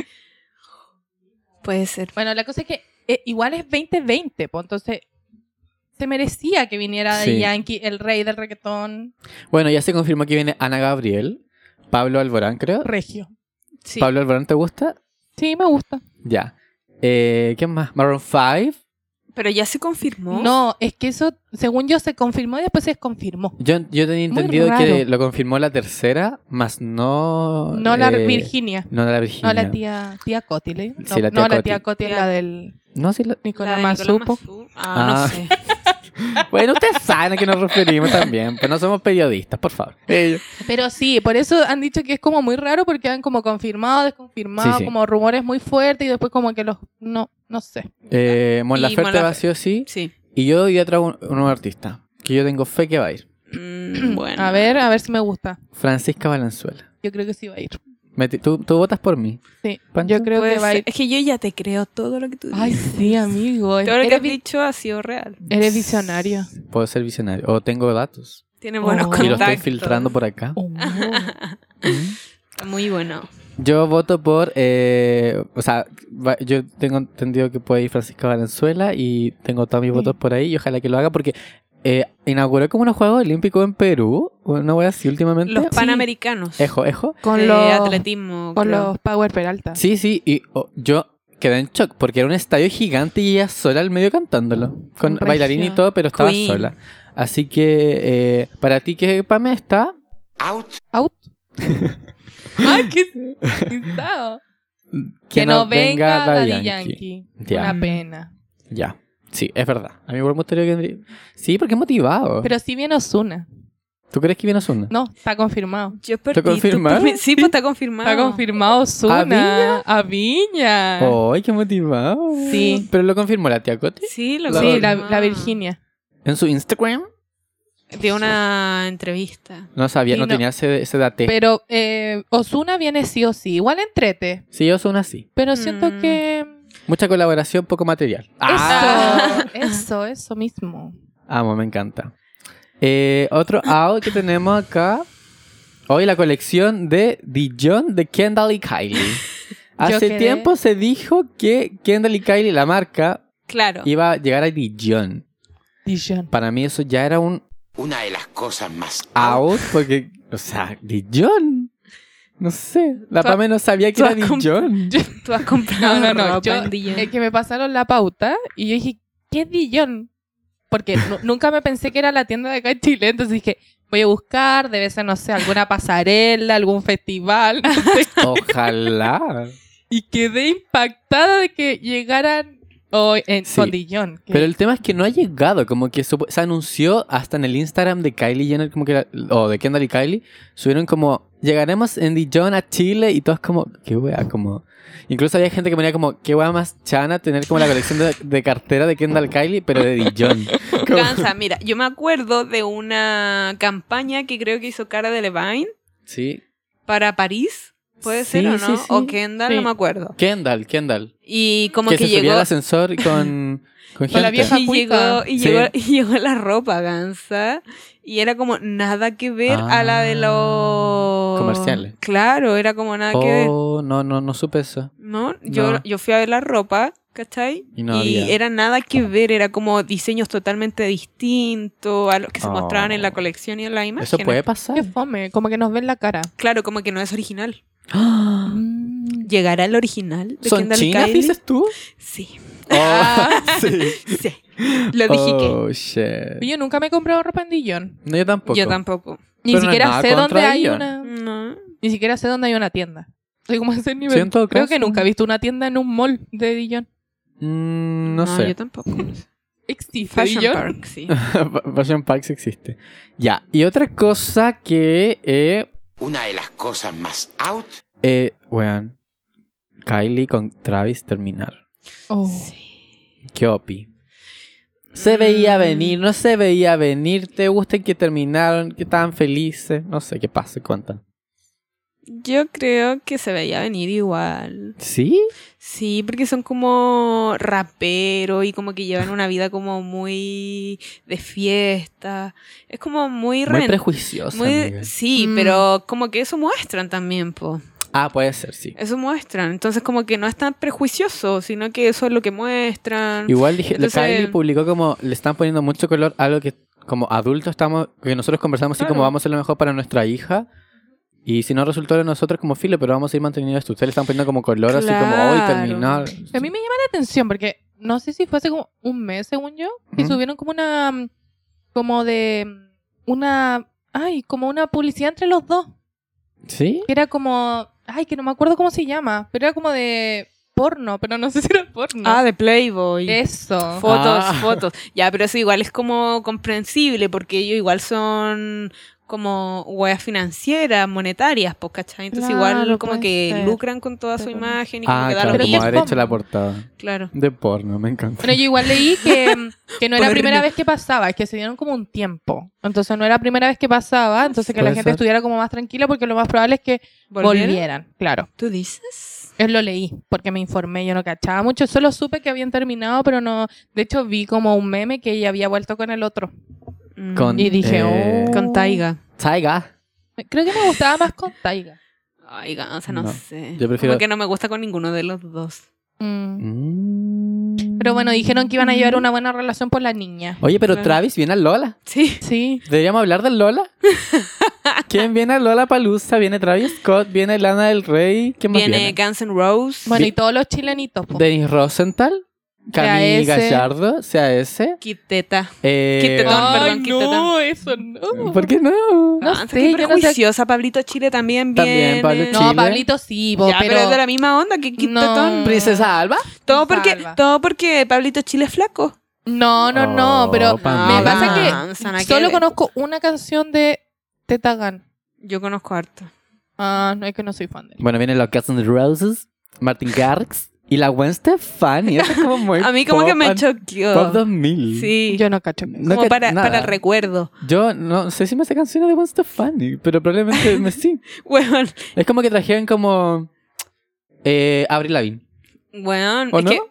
Puede ser. Bueno, la cosa es que igual es 2020, pues entonces se merecía que viniera Daddy Sí. Yankee, el rey del reggaetón Bueno, ya se confirmó que viene Ana Gabriel, Pablo Alborán, creo. regio. Sí. ¿Pablo Alborán te gusta? Sí, me gusta. Ya. ¿Quién más? Maroon 5. Pero ya se confirmó. No, es que eso, según yo, se confirmó y después se desconfirmó. Yo tenía Muy entendido raro. que lo confirmó la tercera, más no... No la Virginia. No la Virginia. No la tía Coti, ¿le? Sí, la tía no, la Coti. tía Coti es la del No, sí, La Nicolás de Mazupo. Mazú. Ah. No sé. Bueno, ustedes saben a qué nos referimos también, pero no somos periodistas, por favor. Pero sí, por eso han dicho que es como muy raro porque han como confirmado, desconfirmado, Sí, sí. como rumores muy fuertes y después como que los... No sé. Mon Y Laferte Mon Laferte. va sí o sí. Sí. Y yo hoy día traigo un nuevo artista, que yo tengo fe que va a ir. Bueno. A ver si me gusta. Francisca Valenzuela. Yo creo que sí va a ir. Tú votas por mí. Sí, Pancho. yo creo Puede que va a ser. ir. Es que yo ya te creo todo lo que tú dices. Ay, sí, amigo. Todo lo que Eres, has dicho ha sido real. eres visionario. Puedo ser visionario. O tengo datos. Tiene buenos Oh. contactos. Y lo estoy filtrando por acá. Oh. Está muy bueno. Yo voto por... o sea, yo tengo entendido que puede ir Francisca Valenzuela y tengo todos mis votos por ahí y ojalá que lo haga porque inauguró como unos Juegos Olímpicos en Perú, una wea así últimamente. Los Panamericanos. Ejo. Con de los atletismo. con creo. los Power Peralta. Sí, y yo quedé en shock porque era un estadio gigante y ella sola al medio cantándolo. Con Regio. bailarín y todo, pero estaba Queen. sola. Así que, para ti, ¿qué Pame está? Out. Out. Ay, qué pisado. Que no venga Daddy Yankee. Ya. Una pena. Ya. Sí, es verdad. A mí igual me gustaría que vendría. Sí, porque es motivado. Pero sí viene Ozuna. ¿Tú crees que viene Ozuna? No, está confirmado. Yo ¿Está perdí. confirmado? Sí, pues está confirmado. Está confirmado Ozuna. ¿A Viña? ¡Ay, qué motivado! Sí. Pero lo confirmó la tía Coti Sí, lo Sí, la confirmado. Virginia. en su Instagram. Dio una entrevista. No sabía, Sí, no no. tenía ese date. Pero Ozuna viene sí o sí. Igual entrete. Sí, Ozuna sí. Pero siento Mm. que... Mucha colaboración, poco material. Eso mismo. Amo, me encanta. Otro out que tenemos acá. Hoy la colección de Dijon de Kendall y Kylie. Hace quedé- tiempo se dijo que Kendall y Kylie, la marca, Claro. iba a llegar a Dijon. Dijon. Para mí eso ya era un Una de las cosas más out porque, o sea, Dijon. No sé, la Tú- Pame no sabía que tú era has comp- Dijon. Tú has comprado No. ropa Yo, en Dijon. es que me pasaron la pauta y yo dije, ¿qué es Dijon? Porque nunca me pensé que era la tienda de acá en Chile. Entonces dije, voy a buscar, debe ser, no sé, alguna pasarela, algún festival. No sé. Ojalá. Y quedé impactada de que llegaran Sí. con Dijon. Que- Pero el tema es que no ha llegado, como que se anunció hasta en el Instagram de Kylie Jenner, como que o de Kendall y Kylie, subieron como, llegaremos en Dijon a Chile y todos como, qué wea, como... Incluso había gente que ponía como, qué wea más chana tener como la colección de cartera de Kendall Kylie, pero de Dijon. Como- Gansa, mira, yo me acuerdo de una campaña que creo que hizo Cara de Levine Sí. para París. ¿Puede ser Sí, o no? sí, sí. O Kendall, Sí. no me acuerdo. Kendall. Y como que que se subía llegó... al ascensor con Con gente. la vieja Y cuica. llegó, y, Sí. llegó, y llegó la ropa, Gansa. Y era como nada que ver a la de los... Comerciales. Claro, era como nada que ver. Oh, no supe eso. ¿No? No. Yo fui a ver la ropa, ¿cachai? Y no había. era nada que ver, era como diseños totalmente distintos a los que se Oh. mostraban en la colección y en la imagen. ¿Eso puede pasar? Qué fome, como que nos ven la cara. Claro, como que no es original. ¡Ah! ¿Llegará el original de ¿Son Kendall chinas, Kylie? dices tú? Sí, Oh, sí. sí. Lo dije Oh, shit. Yo nunca me he comprado ropa en Dijon. No, yo tampoco. Yo tampoco. Ni Pero no es siquiera nada sé dónde contra hay Dijon. una. No. Ni siquiera sé dónde hay una tienda. Soy como a ese nivel. Sí, en todo Creo caso. que nunca he visto una tienda en un mall de Dijon. No sé. yo tampoco. ¿Existe Fashion Dijon? Park, sí. Fashion Parks existe. Ya. Y otra cosa que... Una de las cosas más out. Weón. Kylie con Travis terminar. Oh. ¿Qué opi? ¿Se veía venir? ¿No se veía venir? ¿Te gusta que terminaron? ¿Que estaban felices? No sé, ¿qué pasa? Cuentan. Yo creo que se veía venir igual. ¿Sí? Sí, porque son como raperos y como que llevan una vida como muy de fiesta. Es como muy... Muy prejuiciosa, amiga. Sí, Mm. pero como que eso muestran también, po. Ah, puede ser, sí. Eso muestran. Entonces como que no es tan prejuicioso, sino que eso es lo que muestran. Igual dije, Entonces- Kylie publicó como le están poniendo mucho color a algo que como adultos estamos, que nosotros conversamos así Claro. como vamos a hacer lo mejor para nuestra hija. Y si no resultó de nosotros como filo, pero vamos a ir manteniendo esto. Ustedes le están poniendo como color así como hoy Claro. terminar. A mí me llama la atención porque no sé si fue hace como un mes, según yo, que Ujú. subieron como una... Como de... Una... Ay, como una publicidad entre los dos. ¿Sí? Que era como... Ay, que no me acuerdo cómo se llama. Pero era como de... porno, pero no sé si era porno. Ah, de Playboy. Eso. Fotos. Ya, pero eso igual es como comprensible porque ellos igual son como weas financieras, monetarias, pues, ¿cachai? Entonces Claro, igual como puede que ser. lucran con toda su Pero- imagen y como Ah, que da claro, lo Pero como ¿qué mismo. haber es hecho la porno? portada. Claro. De porno, me encanta. Bueno, yo igual leí que no era la Porno. primera vez que pasaba, es que se dieron como un tiempo. Entonces no era la primera vez que pasaba, entonces que la Puede gente ser. estuviera como más tranquila porque lo más probable es que volvieran. Claro. ¿Tú dices? Él lo leí porque me informé, yo no cachaba mucho, solo supe que habían terminado, pero no, de hecho vi como un meme que ella había vuelto con el otro. Con, Y dije, Con Taiga. Taiga. Creo que me gustaba más con Taiga. Ay, Gansa, no No, sé. yo prefiero- Como que no me gusta con ninguno de los dos. Pero bueno, dijeron que iban a llevar una buena relación por la niña. Oye, pero Claro. Travis viene al Lola. Sí. Sí. ¿Deberíamos hablar del Lola? ¿Quién viene al Lola Palusa? Viene Travis Scott, viene Lana del Rey. ¿Quién más Viene viene? Guns N' Roses. Bueno, y todos los chilenitos. po. Denis Rosenthal, Camille CAS. Gallardo, CAS. Kid Teta. Eh, Kid Tetón. Ay, perdón, quítate. no, eso no. ¿Por qué no? No Gansa, sé, qué yo no sé. prejuiciosa. Pablito Chile también También viene. Pablo No, Chile. Pablito sí, po, Ya, pero es de la misma onda que Kid No. Tetón. ¿Princesa Alba? Todo Salva. porque Pablito Chile es flaco. No, pero Pamela. me pasa Gansa, nada que que solo ver. conozco una canción de Teta Gun. Yo conozco harto. Ah, no es que no soy fan de él. Bueno, vienen los Guns N' Roses, Martin Garrix y la Gwen Stefani. Eso es como muy A mí como pop que me and- choqueó. Pop 2000. Sí. Yo no cacho. No como que- para nada. el recuerdo. Yo no sé si me sé canciones de Gwen Stefani, pero probablemente me sí. Weón, Es como que trajeron como Avril Lavigne. weón. ¿O Es no? que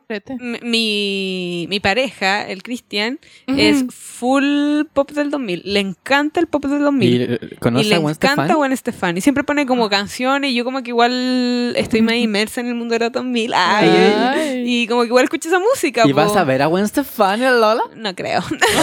mi pareja, el Cristian, es full pop del 2000. Le encanta el pop del 2000. ¿Y Y conoce le a Gwen encanta Stefani? Gwen Stefani. Siempre pone como canciones y yo como que igual estoy más inmersa en el mundo de los 2000. Ay, Ay. y como que igual escucho esa música. ¿Y po. vas a ver a Gwen Stefani, Lola? No creo.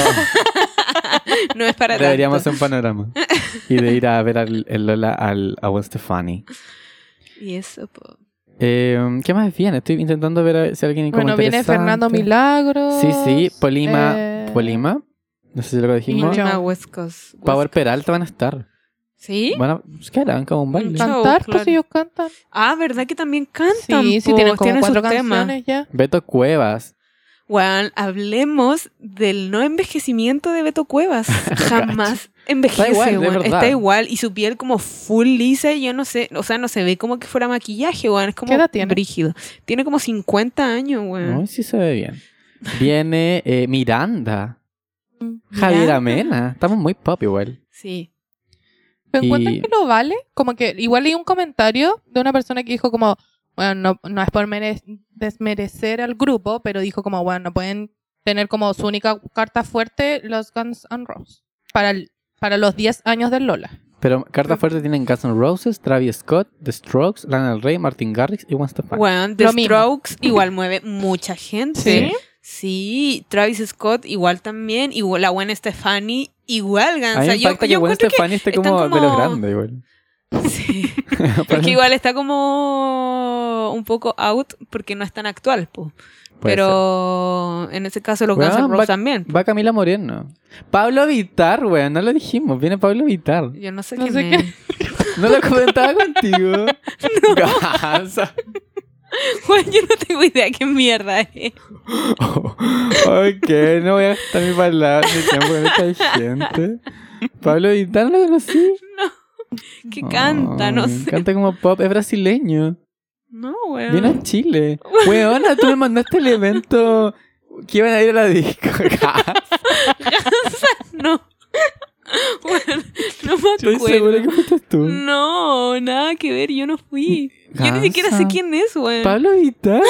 No es para Deberíamos tanto. hacer un panorama. Y de ir a ver el Lola a Gwen Stefani. Y eso, po. ¿Qué más viene? Estoy intentando ver a ver si alguien como Bueno, viene interesante. Fernando Milagros. Sí, Polima. Polima. No sé si lo dijimos. Yo. Polima West Coast. Power Peralta van a estar. ¿Sí? Bueno, es que harán como un baile. Show, Cantar, claro. pues ellos cantan. Ah, ¿verdad que también cantan? Sí, sí, po? tienen como sus 4 temas. canciones ya. Beto Cuevas. Bueno, hablemos del no envejecimiento de Beto Cuevas. Jamás envejece, Está igual, de weón. verdad. Está igual. Y su piel como full lisa. Y yo no sé, o sea, no se ve como que fuera maquillaje, weón. Es como ¿Qué edad tiene? brígido. Tiene como 50 años, weón. No, sí se ve bien. Viene Miranda. Javier Miranda. Amena. Estamos muy pop igual. Sí. ¿Pero encuentran Y- que lo vale? Como que igual leí un comentario de una persona que dijo como, bueno, no es por desmerecer al grupo, pero dijo como, bueno, no pueden tener como su única carta fuerte los Guns N' Roses para los 10 años del Lola. Pero carta fuerte tienen Guns N' Roses, Travis Scott, The Strokes, Lana Del Rey, Martin Garrix y Gwen Stefani. Bueno, The Lo mismo. Strokes igual mueve mucha gente. ¿Sí? Sí, Travis Scott igual también. Igual la Gwen Stefani igual, A mí Gansa. me impacta que Gwen encuentro Stefani esté están como, de como- lo grande igual. Sí. Es que igual está como un poco out porque no es tan actual, po. Puede Pero en ese caso los Weón, Guns N' Roses va- también. Va Camila Moreno. Pablo Vittar, weón, no lo dijimos. Viene Pablo Vittar. Yo no sé No quién sé es. No lo comentaba contigo. Gansa. Juan, yo no tengo idea qué mierda es. Ok, no voy a gastar mi palabra ni tiempo con esta gente. Pablo Vittar no lo conocí. ¿Qué canta? No Ay, sé. Canta como pop, es brasileño. No, weón. Viene a Chile. Weona, tú me mandaste el evento que iban a ir a la disco. No. Bueno, no me Estoy acuerdo. segura que fuiste tú. No, nada que ver, yo no fui. Yo ni siquiera sé Gansa. quién es, weón. Pablo Vittar.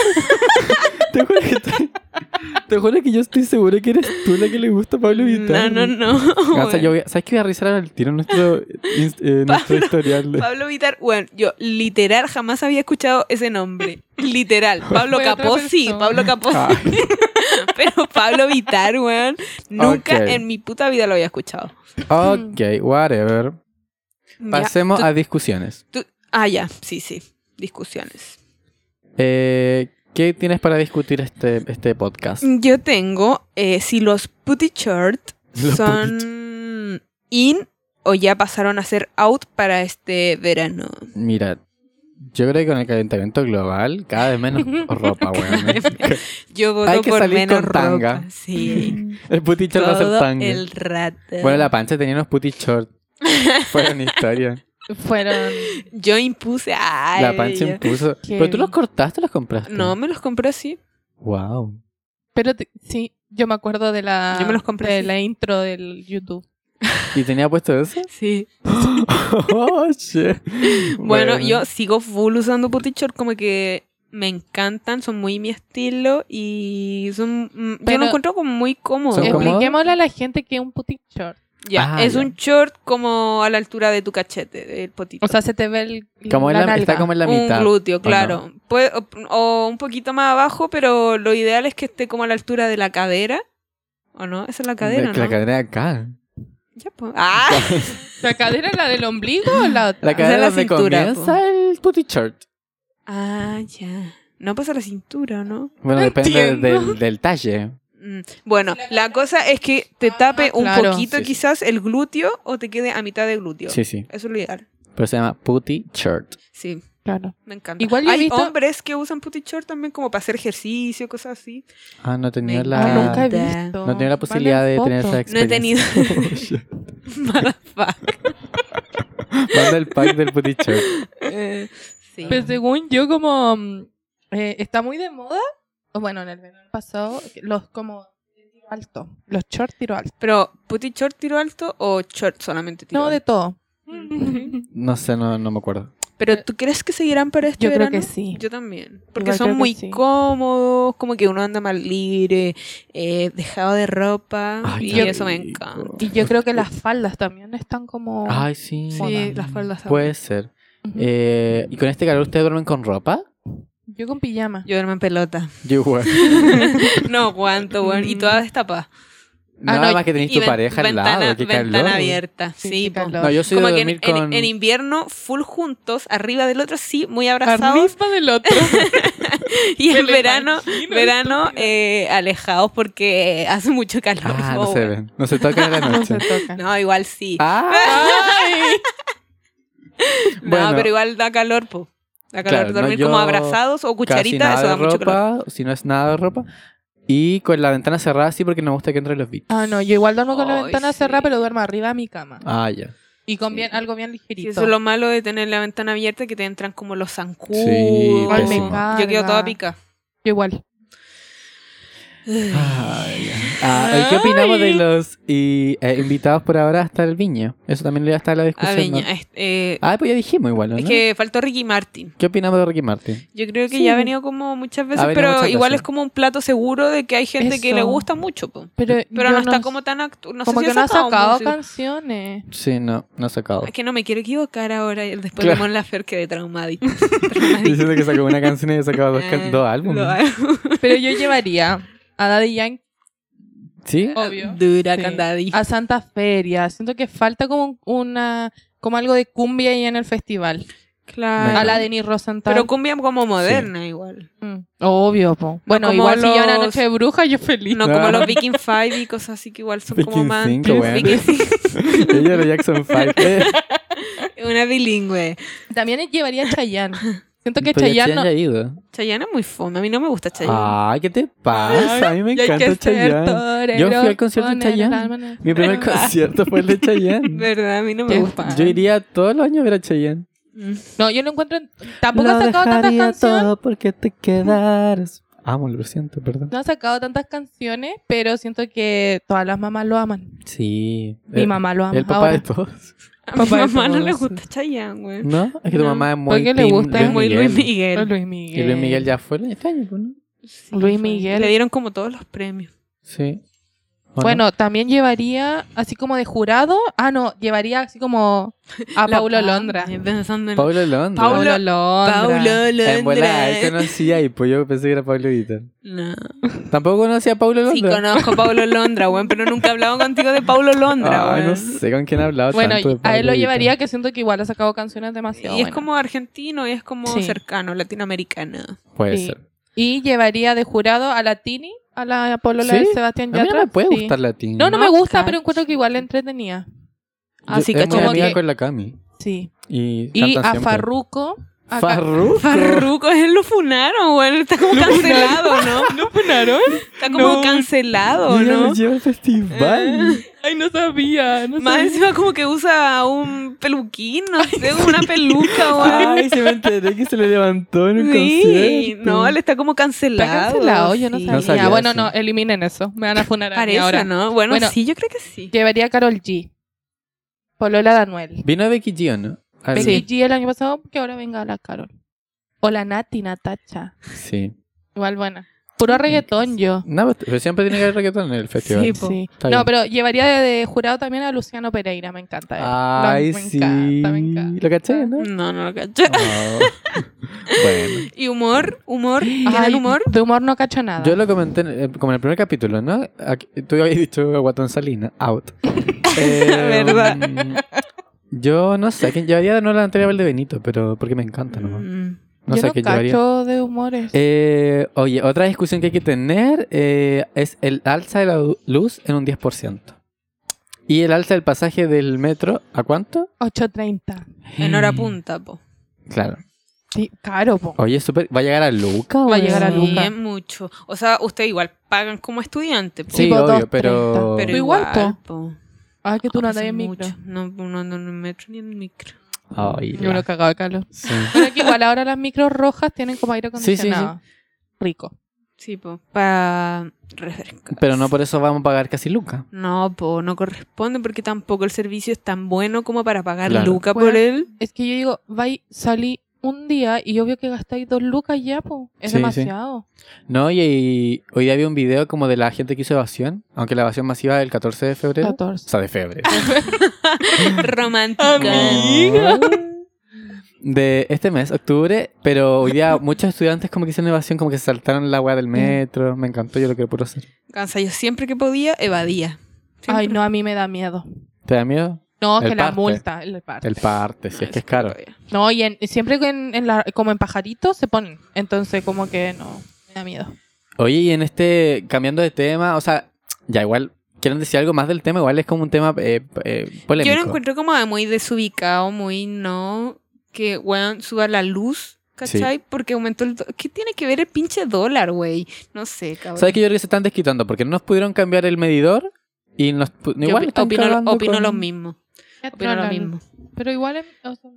Te juro que yo estoy segura que eres tú la que le gusta a Pablo Vittar. No. Gansa, weón. ¿sabes qué voy a revisar al tiro nuestro historial? Pablo Vittar, bueno, yo literal jamás había escuchado ese nombre. Literal. Pablo Fue otra Capó sí, persona. Pablo Capó Ah, sí. Pero Pablo Vittar, weón, nunca Ok. en mi puta vida lo había escuchado. ok, whatever. Ya, Pasemos tú- a discusiones. ya, sí. Discusiones. ¿Qué tienes para discutir este podcast? Yo tengo si los putty shirt Los son in o ya pasaron a ser out para este verano. Mira, Yo creo que con el calentamiento global, cada vez menos ropa, weón. Yo voto Hay que por salir menos con ropa. tanga. Sí. El puti short va a ser Todo tanga. el rato. Bueno, la Pancha tenía unos puti short. Fueron historia. Fueron... Yo impuse. Ay, La Pancha ella. impuso. Qué ¿Pero tú los cortaste o los compraste? No, me los compré así. Wow. Pero sí, yo me acuerdo de la... Yo me los compré de así. la intro del YouTube. ¿Y tenía puesto eso? Sí. Oh, shit. Bueno, yo sigo full usando puti short, como que me encantan, son muy mi estilo y son... yo Pero- lo encuentro como muy cómodo. ¿Son cómodos? Expliquémosle a la gente que es un puti short. Ya, Ah, es ya. un short como a la altura de tu cachete, del potito. O sea, se te ve el... Como la está nalga. como en la un mitad. glúteo, ¿o claro. Puede- o un poquito más abajo, pero lo ideal es que esté como a la altura de la cadera. ¿O no? Esa es la no? cadera, Que ¿no? la cadera de acá. Ya, pues. ¡Ah! ¿La cadera es la del ombligo o la otra? La cadera la donde cintura, comienza el puti short. Ah, ya. No pasa la cintura, ¿no? Bueno, No depende entiendo. del talle. Bueno, la cosa es que te tape un claro. poquito Sí, sí. quizás el glúteo o te quede a mitad de glúteo. Sí, sí. Eso es lo ideal. Pero se llama puti shirt. Sí, Claro. me encanta. Igual yo he Hay visto- hombres que usan puti short también como para hacer ejercicio, cosas así. Ah, no he tenido Me la... Ah, nunca he encanta. visto. No he tenido la posibilidad de tener esa No he tenido. experiencia. Motherfucker. Manda el pack del puti shirt. Sí. Pues según yo, como está muy de moda, o bueno, en el verano pasado, los como de tiro alto, los short tiro alto. Pero, ¿puti short tiro alto o short solamente tiro No, de alto? todo. No sé, no me acuerdo. Pero, ¿tú crees que seguirán para este Yo creo verano? que sí. Yo también. Porque Igual son creo que muy sí. cómodos, como que uno anda más libre, dejado de ropa. Ay, y qué eso me rico. encanta. Y yo creo que las faldas también están como... Ay, sí. Sí, las faldas Puede ser. Ujú. ¿Y con este calor ustedes duermen con ropa? Yo con pijama. Yo duermo en pelota. Yo igual. No aguanto, weón. Y toda destapada. Nada no, más que tenéis Y tu pareja al lado. Qué ventana calor. abierta. Sí, Sí, qué po. calor. No, yo soy Como de que dormir con... en invierno, full juntos, arriba del otro, sí, muy abrazados. Arriba del otro. Y Me en lo verano, imagino, alejados porque hace mucho calor. Ah, po, no se weón. ven. No se tocan en la No se noche. tocan. No, igual sí. Ah, Ay. No, bueno. pero igual da calor, po. Da calor Claro, no, dormir yo como abrazados o casi cucharita, nada eso de da mucho calor. ropa, si no es nada de ropa. Y con la ventana cerrada sí, porque no me gusta que entren los bichos. Ah, no, yo igual duermo con la Ay, ventana sí. cerrada, pero duermo arriba de mi cama. Ah, ya. Y con Sí. bien, algo bien Sí, ligerito. eso es lo malo de tener la ventana abierta, que te entran como los zancudos. Sí, Igual me pésimo. carga. Yo quedo toda pica. Yo igual. Ay, ya. ¿Y qué opinamos de los invitados por ahora hasta el Viña? Eso también le va a estar en la A discusión. Viña. ¿no? Ah, pues ya dijimos igual, ¿no? Es que faltó Ricky Martin. ¿Qué opinamos de Ricky Martin? Yo creo que Sí. ya ha venido como muchas veces, Ha venido pero muchas igual veces. es como un plato seguro de que hay gente que le Eso. gusta mucho, po. Pero Pero yo no está como tan no como sé que si no ha sacado música. canciones. Sí, no ha sacado. Es que no me quiero equivocar ahora. Y después Claro. de Mon Laferte quedé traumadita. Diciendo que sacó una canción y ha sacado dos álbumes. Pero yo llevaría a Daddy Yankee, ¿Sí? obvio. Dura Sí. Candadi. A Santa Feria. Siento que falta como como algo de cumbia ahí en el festival. Claro. A la Denis Rosenthal. Pero cumbia como moderna igual. Obvio, po. Bueno, como igual si llevan a los- Noche de Bruja, yo feliz. No como los Viking Five y cosas así que igual son como Viking más... 5, bueno. Viking 5. Ella era Jackson 5. Una bilingüe. También llevaría a Chayanne. Siento que Pero ya Chayanne no... ha ido. Chayanne es muy fome. A mí no me gusta Chayanne. Ay, ¿qué te pasa? A mí me Y hay encanta que ser Chayanne. torero, Yo fui al concierto de poner el Chayanne. alma en el- Mi primer concierto fue el de Chayanne. ¿Verdad? A mí no me Qué gusta. Yo iría todos los años a ver a Chayanne. No, yo no encuentro... Tampoco ha sacado tantas canciones. porque te quedaras. Amo, lo siento, perdón. No ha sacado tantas canciones, pero siento que todas las mamás lo aman. Sí. Mi mamá lo ama. El papá ahora. de todos. A mi Papá de mamá no le todos, gusta Chayanne, güey. ¿No? Es que tu No. mamá es muy Porque le team gusta, Es muy Luis Es Miguel. Luis Miguel. Y Luis Miguel ya fue este año, pues, ¿no? Luis Miguel. Le dieron como todos los premios. Sí. ¿O Bueno, también llevaría así como de jurado. Ah, no, llevaría así como a La Paulo Pam, Londra. Pensando en no? Paulo Londra. Paulo- Paulo Londra. Paulo En bola, él Londra. conocía y pues yo pensé que era Pablo Vítor. No. ¿Tampoco conocía a Paulo Sí, Londra? conozco a Paulo Londra, güey, pero nunca he hablado contigo de Paulo Londra, Ay, güey. no sé con quién ha hablado Bueno, tanto de a él Pablo lo Vítor. llevaría, que siento que igual ha sacado canciones demasiado Y es buenas. como argentino y es como Sí. cercano, latinoamericano. Puede Sí. ser. Y llevaría de jurado a la Tini, a la polola ¿Sí? de Sebastián A mí no Yatra. me puede Sí. gustar latín. No, no No, me gusta, cacho. pero encuentro que igual le entretenía. Así Es muy cacho amiga que- con la Cami. Sí. Y Y cantan a siempre. Farruko, Farruko, él lo funaron, weón. Está como cancelado, ¿no? ¿No funaron? Está como cancelado, Mira, ¿no? lo lleva al festival. Ay, no sabía. No Más sabía. encima como que usa un peluquín, no sé, una peluca, weón. Ay, se me enteré que se le levantó en un Sí, concierto. no, él está como cancelado. Está cancelado, yo no sí. sabía. No sabía, Bueno, sí. no, eliminen eso. Me van a funar a mí Parece, ahora. ¿no? Bueno, Bueno. sí, yo creo que sí. Llevaría a Karol G. Polola de Anuel. Vino Becky G, ¿o no? Becky G el año pasado, que ahora venga la Karol. O la Nati, Natacha. Sí. Igual buena. Puro reggaetón yo. No, pero siempre tiene que haber reggaetón en el festival. Sí, po. Sí. Está No, bien. pero llevaría de jurado también a Luciano Pereira, me encanta él. Ay, me sí. encanta, me encanta. ¿Lo caché, no? No lo cacho. Oh. Bueno. ¿Y humor? Ay, ¿Tienen humor? De humor no cacho nada. Yo lo comenté como en el primer capítulo, ¿no? Tú habías dicho Guatón Salina, out. Verdad. Yo no sé, ¿quién llevaría? No la anterior Valdebenito, pero porque me encanta nomás. No Yo sé no qué llevaría. cacho de humores. Oye, otra discusión que hay que tener es el alza de la luz en un 10%. Y el alza del pasaje del metro, ¿a cuánto? 8.30. En hora punta, po. Claro. Sí, caro, po. Oye, ¿va a llegar a Luca? Va a llegar a Sí, Luca. es mucho. O sea, ustedes igual pagan como estudiante, po. Sí, Tipo obvio, 2.30. pero... Pero igual, igual, po. Ah, que tú no andas Pasa en micro. mucho. No ando en el metro ni en el micro. Ay, Yo me lo cagaba de calor. sí. Pero que igual ahora las micros rojas tienen como aire Sí, sí, sí. acondicionado. Rico. Sí, po. Para refrescar. Pero no por eso vamos a pagar casi Luca. No, po, no corresponde porque tampoco el servicio es tan bueno como para pagar Claro. Luca Bueno, por él. Es que yo digo, salí un día y obvio que gastáis 2 lucas ya, po. Es Sí, demasiado. No, y hoy día había un video como de la gente que hizo evasión, aunque la evasión masiva es el 14 de febrero. 14. O sea, de febrero. Romántica. Amiga. De este mes, octubre, pero hoy día muchos estudiantes como que hicieron evasión, como que se saltaron la weá del metro. Me encantó, yo lo quiero puro hacer. Cansa, yo siempre que podía evadía. Siempre. Ay, no, a mí me da miedo. ¿Te da miedo? No, El que la parte. multa, el parte. El parte, si es que es caro. No, y siempre que como en pajaritos se ponen. Entonces, como que no, me da miedo. Oye, y en cambiando de tema, o sea, ya igual, ¿quieren decir algo más del tema? Igual es como un tema polémico. Yo lo encuentro como muy desubicado, muy no. Que, weón, suba la luz, ¿cachai? Porque aumentó el... ¿Qué tiene que ver el pinche dólar, güey? No sé, cabrón. ¿Sabes que yo creo que se están desquitando? Porque no nos pudieron cambiar el medidor y igual están cagando opino con- lo mismo. Opino lo mismo. Pero igual, o sea,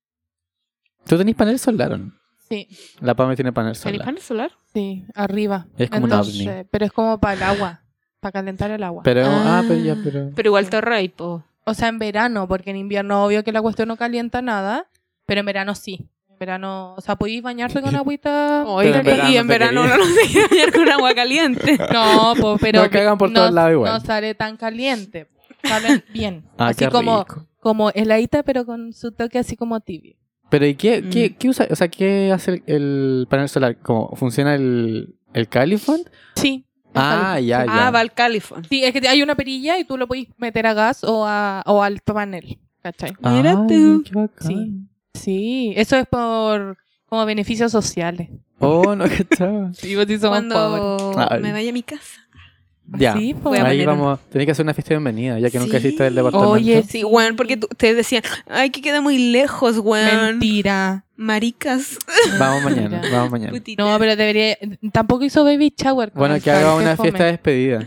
¿Tú tenés panel solar o no? sí, La PAME tiene panel ¿El solar. panel solar? sí, arriba. Es como un ovni. Pero es como para el agua, para calentar el agua. Pero, Ah. pero... Pero igual te ahorra ahí, po. O sea, en verano, porque en invierno obvio que la cuestión no calienta nada, pero en verano sí. En verano, o sea, podéis bañarse con agüita. Oye, en verano y en te verano quería. uno no se quiere bañar con agua caliente. No, pero No cagan por no, todos lados igual. no sale tan caliente. Salen bien. Ah, así qué como, rico. como heladita, pero con su toque así como tibio. Pero ¿y qué usa? O sea, ¿qué hace el panel solar? ¿Cómo funciona el Califón? Sí. Ah, ya, ya. Ah, va al Califón. Sí, es que hay una perilla y tú lo podéis meter a gas o al panel. ¿Cachai? Mira Ay, tú. qué bacán. Sí. Sí, eso es por como beneficios sociales. Oh, no, qué chaval. Sí, pues sí somos pobres. Cuando Ay. me vaya a mi casa. Ya. Sí, Voy a pues. Ahí poner vamos. Tenés que hacer una fiesta de bienvenida, ya que nunca Sí. hiciste el departamento. Oye, Sí, weón, porque ustedes decían, ay, que queda muy lejos, weón. Mentira. Maricas. Vamos mañana, Mentira. vamos mañana. Putita. No, pero debería. Tampoco hizo baby shower. con Bueno, el que haga Carl, una fome. fiesta de despedida.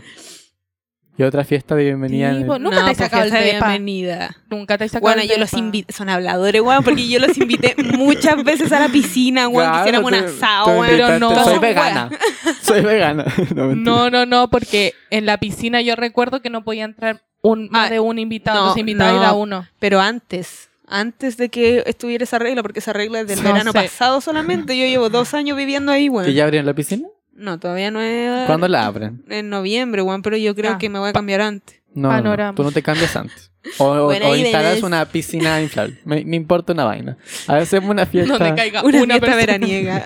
Y otra fiesta de bienvenida. Sí, en- pues, nunca te he pues, sacado el fiesta de depa. bienvenida. Nunca te he sacado Bueno, el yo los depa. invité, son habladores, weón, porque yo los invité muchas veces a la piscina, weón, Claro, que hiciéramos un tú- asado, tú weón. Pero invitaste. no. Soy Todas vegana. Soy vegana. No, mentira. No, porque en la piscina yo recuerdo que no podía entrar más Ah, de un invitado. no, Entonces invitaba y no. da uno. Pero antes de que estuviera esa regla, porque esa regla es del No verano sé. pasado solamente, yo llevo 2 años viviendo ahí, weón. ¿Y ya abrieron la piscina? No, todavía no es... ¿Cuándo la abren? En noviembre, weón, pero yo creo Ah. que me voy a cambiar antes. No, Panorama. tú no te cambias antes. O Bueno, instalas Ibenes. una piscina inflable. Me importa una vaina. A ver, hacemos una fiesta. Donde caiga Una una fiesta persona. veraniega.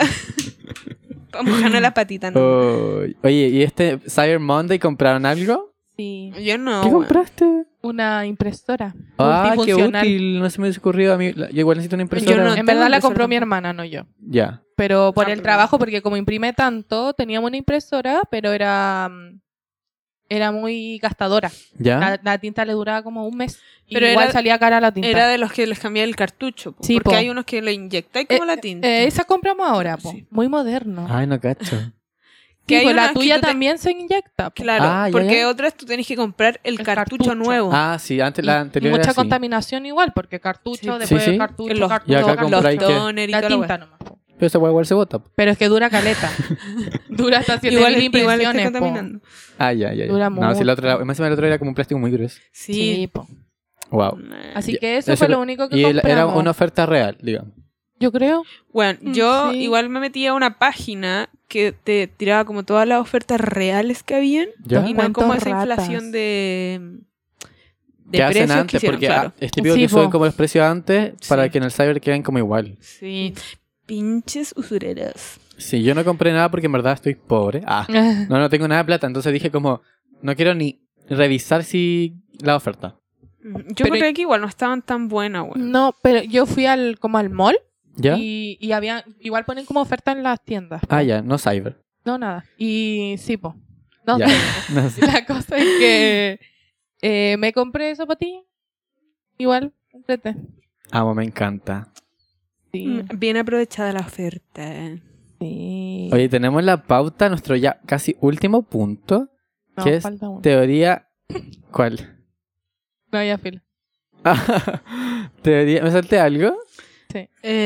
Para mojarnos las patitas, ¿no? Oye, ¿y este Cyber Monday compraron algo? Sí, Yo no, ¿Qué weón. compraste? una impresora. Ah, qué multifuncional. útil. No se me hubiera ocurrido a mí. Yo igual necesito una impresora. Yo no. En tengo verdad la impresora compró mi tampoco. hermana, no yo. Ya. Pero por Ah, el pero- trabajo, porque como imprime tanto, teníamos una impresora, pero era era muy gastadora. ¿Ya? La tinta le duraba como un mes. Pero Igual era- salía cara la tinta. Era de los que les cambié el cartucho. Sí, porque po. hay unos que le inyectáis como la tinta. Esa compramos ahora, po. Sí. Muy moderno. Ay, no cacho. que hay pues la unas que tuya tú te- también se inyecta. po. Claro, Ah, ya, porque ya. otras tú tenés que comprar el cartucho cartucho. nuevo. Ah, sí, antes Y la anterior era mucha así. contaminación igual, porque cartucho, Sí. después Sí, sí. cartucho, Los- cartucho, Y acá cartucho, compráis los que- toners y la toda la tinta wea. nomás. po. Pero esa igual se bota. Pero es que dura caleta. Dura hasta 7.000 Igual está impresiones. po. contaminando. Ah, ya. Dura No, si el mucho. otro, más encima el otro era como un plástico muy grueso. Sí. Sí, po. Wow. Así Ya, que eso eso fue era- lo único que Y compramos. era una oferta real, digamos. Yo creo. Bueno, yo Sí. igual me metí a una página que te tiraba como todas las ofertas reales que habían. ¿Ya? Y no como Cuentos esa ratas. inflación de ¿Qué hacen precios que antes? hicieron, Porque claro. es típico Sí, que suben po. como los precios antes para Sí. que en el cyber queden como igual. Sí. Pinches usureros. Sí, yo no compré nada porque en verdad estoy pobre. Ah, no tengo nada de plata. Entonces dije como, no quiero ni revisar si la oferta. Yo Pero- creo que igual no estaban tan buenas, weón. No, pero yo fui como al mall ¿Ya? y había, igual ponen como oferta en las tiendas. Ah, ya, no cyber. No, nada. Y sí, po. No, Ya. sé. No sé. La cosa es que me compré zapatillas. Igual, entrete. Amo, me encanta. Sí. Bien aprovechada la oferta. Sí. Oye, tenemos la pauta, nuestro ya casi último punto, No, que es falta uno. teoría... ¿Cuál? No, ya fila. Teoría... ¿Me salté algo? Sí.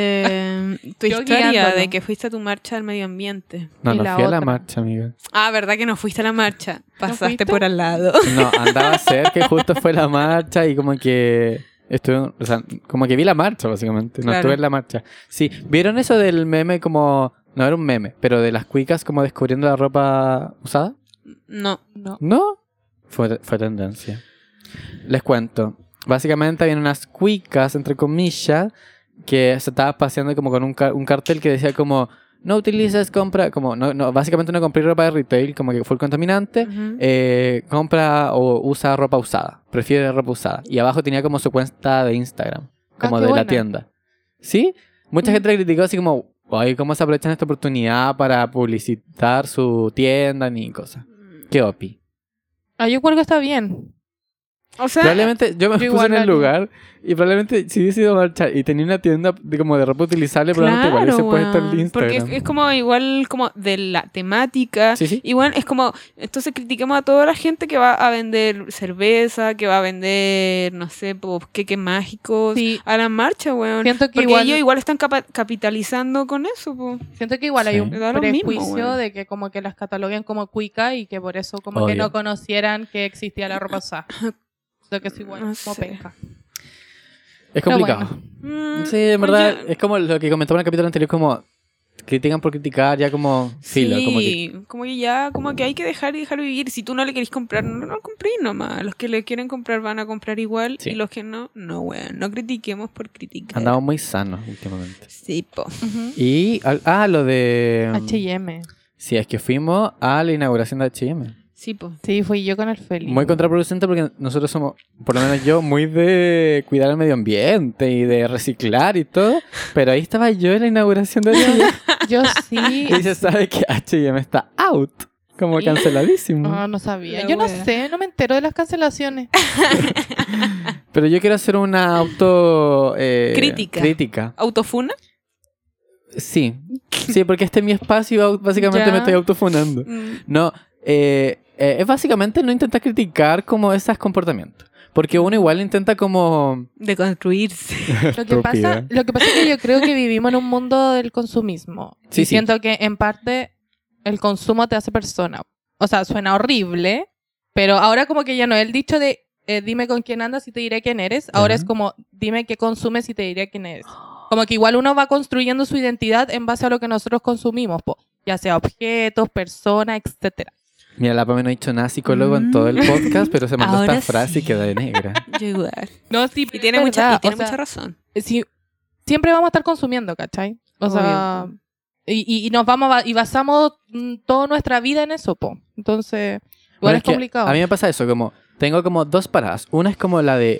Tu Yo historia guiándolo. de que fuiste a tu marcha del medio ambiente. No, Y no la fui a la otra. marcha, amiga. Ah, ¿verdad que no fuiste a la marcha? Pasaste fuiste? por al lado. No, andaba cerca que justo fue la marcha y como que estuve, o sea, como que vi la marcha básicamente, no Claro. estuve en la marcha. Sí, ¿vieron eso del meme como, no era un meme, pero de las cuicas como descubriendo la ropa usada? No. No. ¿No? Fue tendencia. Les cuento. Básicamente habían unas cuicas, entre comillas, que se estaba paseando como con un cartel que decía como no utilices, compra, como no, básicamente no compré ropa de retail, como que fue el contaminante. Ujú. Compra o usa ropa usada. Prefiere ropa usada. Y abajo tenía como su cuenta de Instagram. Como qué de la buena. tienda. ¿Sí? Mucha gente le criticó así como, ay, ¿cómo se aprovechan esta oportunidad para publicitar su tienda ni cosas? ¿Qué opi? Ah, yo creo que está bien. O sea, Probablemente yo me yo puse igual en el haría. lugar y probablemente si hubiese ido a marchar y tenía una tienda como de ropa utilizable, probablemente igual hubiese puesto el weón, Instagram. porque es como igual como de la temática. Sí, sí. Igual es como, entonces critiquemos a toda la gente que va a vender cerveza, que va a vender, no sé, queques mágicos Sí. a la marcha, weón. Siento que Porque igual, ellos igual están capitalizando con eso, po. siento que igual hay Sí. un Me da lo mismo, prejuicio weón. de que como que las cataloguen como cuica y que por eso como que Obvio. no conocieran que existía la ropa usada. Siento que es igual, No como sé. penca. Es complicado. Mm, Sí, en verdad, yo- es como lo que comentaba en el capítulo anterior, como critican por criticar, ya como filo, como que como que ya, como que hay que dejar y dejar vivir. Si tú no le querés comprar, no lo compréis nomás. Los que le quieren comprar van a comprar igual Sí. y los que no, no, weón. No critiquemos por criticar. andamos muy sanos últimamente. Sí, po. Y, lo de... H&M. Sí, es que fuimos a la inauguración de H&M. Sí, po. Sí, fui yo con el Feli. Muy contraproducente porque nosotros somos, por lo menos yo, muy de cuidar el medio ambiente y de reciclar y todo. Pero ahí estaba yo en la inauguración de H&M. Yo sí. Y se sabe que H&M está out. Como canceladísimo. No, no sabía. La Yo no wea. sé, no me entero de las cancelaciones. Pero yo quiero hacer una Crítica. ¿Autofuna? Sí. Sí, porque este es mi espacio y básicamente Ya. me estoy autofunando. No, es básicamente no intentar criticar como esos comportamientos. Porque uno igual intenta como... De construirse. Lo que pasa es que yo creo que vivimos en un mundo del consumismo. Sí, y sí. siento que en parte el consumo te hace persona. O sea, suena horrible, pero ahora como que ya no es el dicho de dime con quién andas y te diré quién eres. Ahora Ajá. es como dime qué consumes y te diré quién eres. Como que igual uno va construyendo su identidad en base a lo que nosotros consumimos, po. Ya sea objetos, personas, etcétera. Mira, la Pame no ha dicho nada psicólogo en todo el podcast, pero se mandó Ahora esta frase y sí. queda de negra. Yo igual. No, sí, Y tiene, es mucha, verdad, y tiene o sea, mucha razón. sí, siempre vamos a estar consumiendo, ¿cachai? O sea, y nos vamos y basamos toda nuestra vida en eso, po. Entonces, igual Bueno, es que complicado. a mí me pasa eso, como tengo como dos paradas. Una es como la de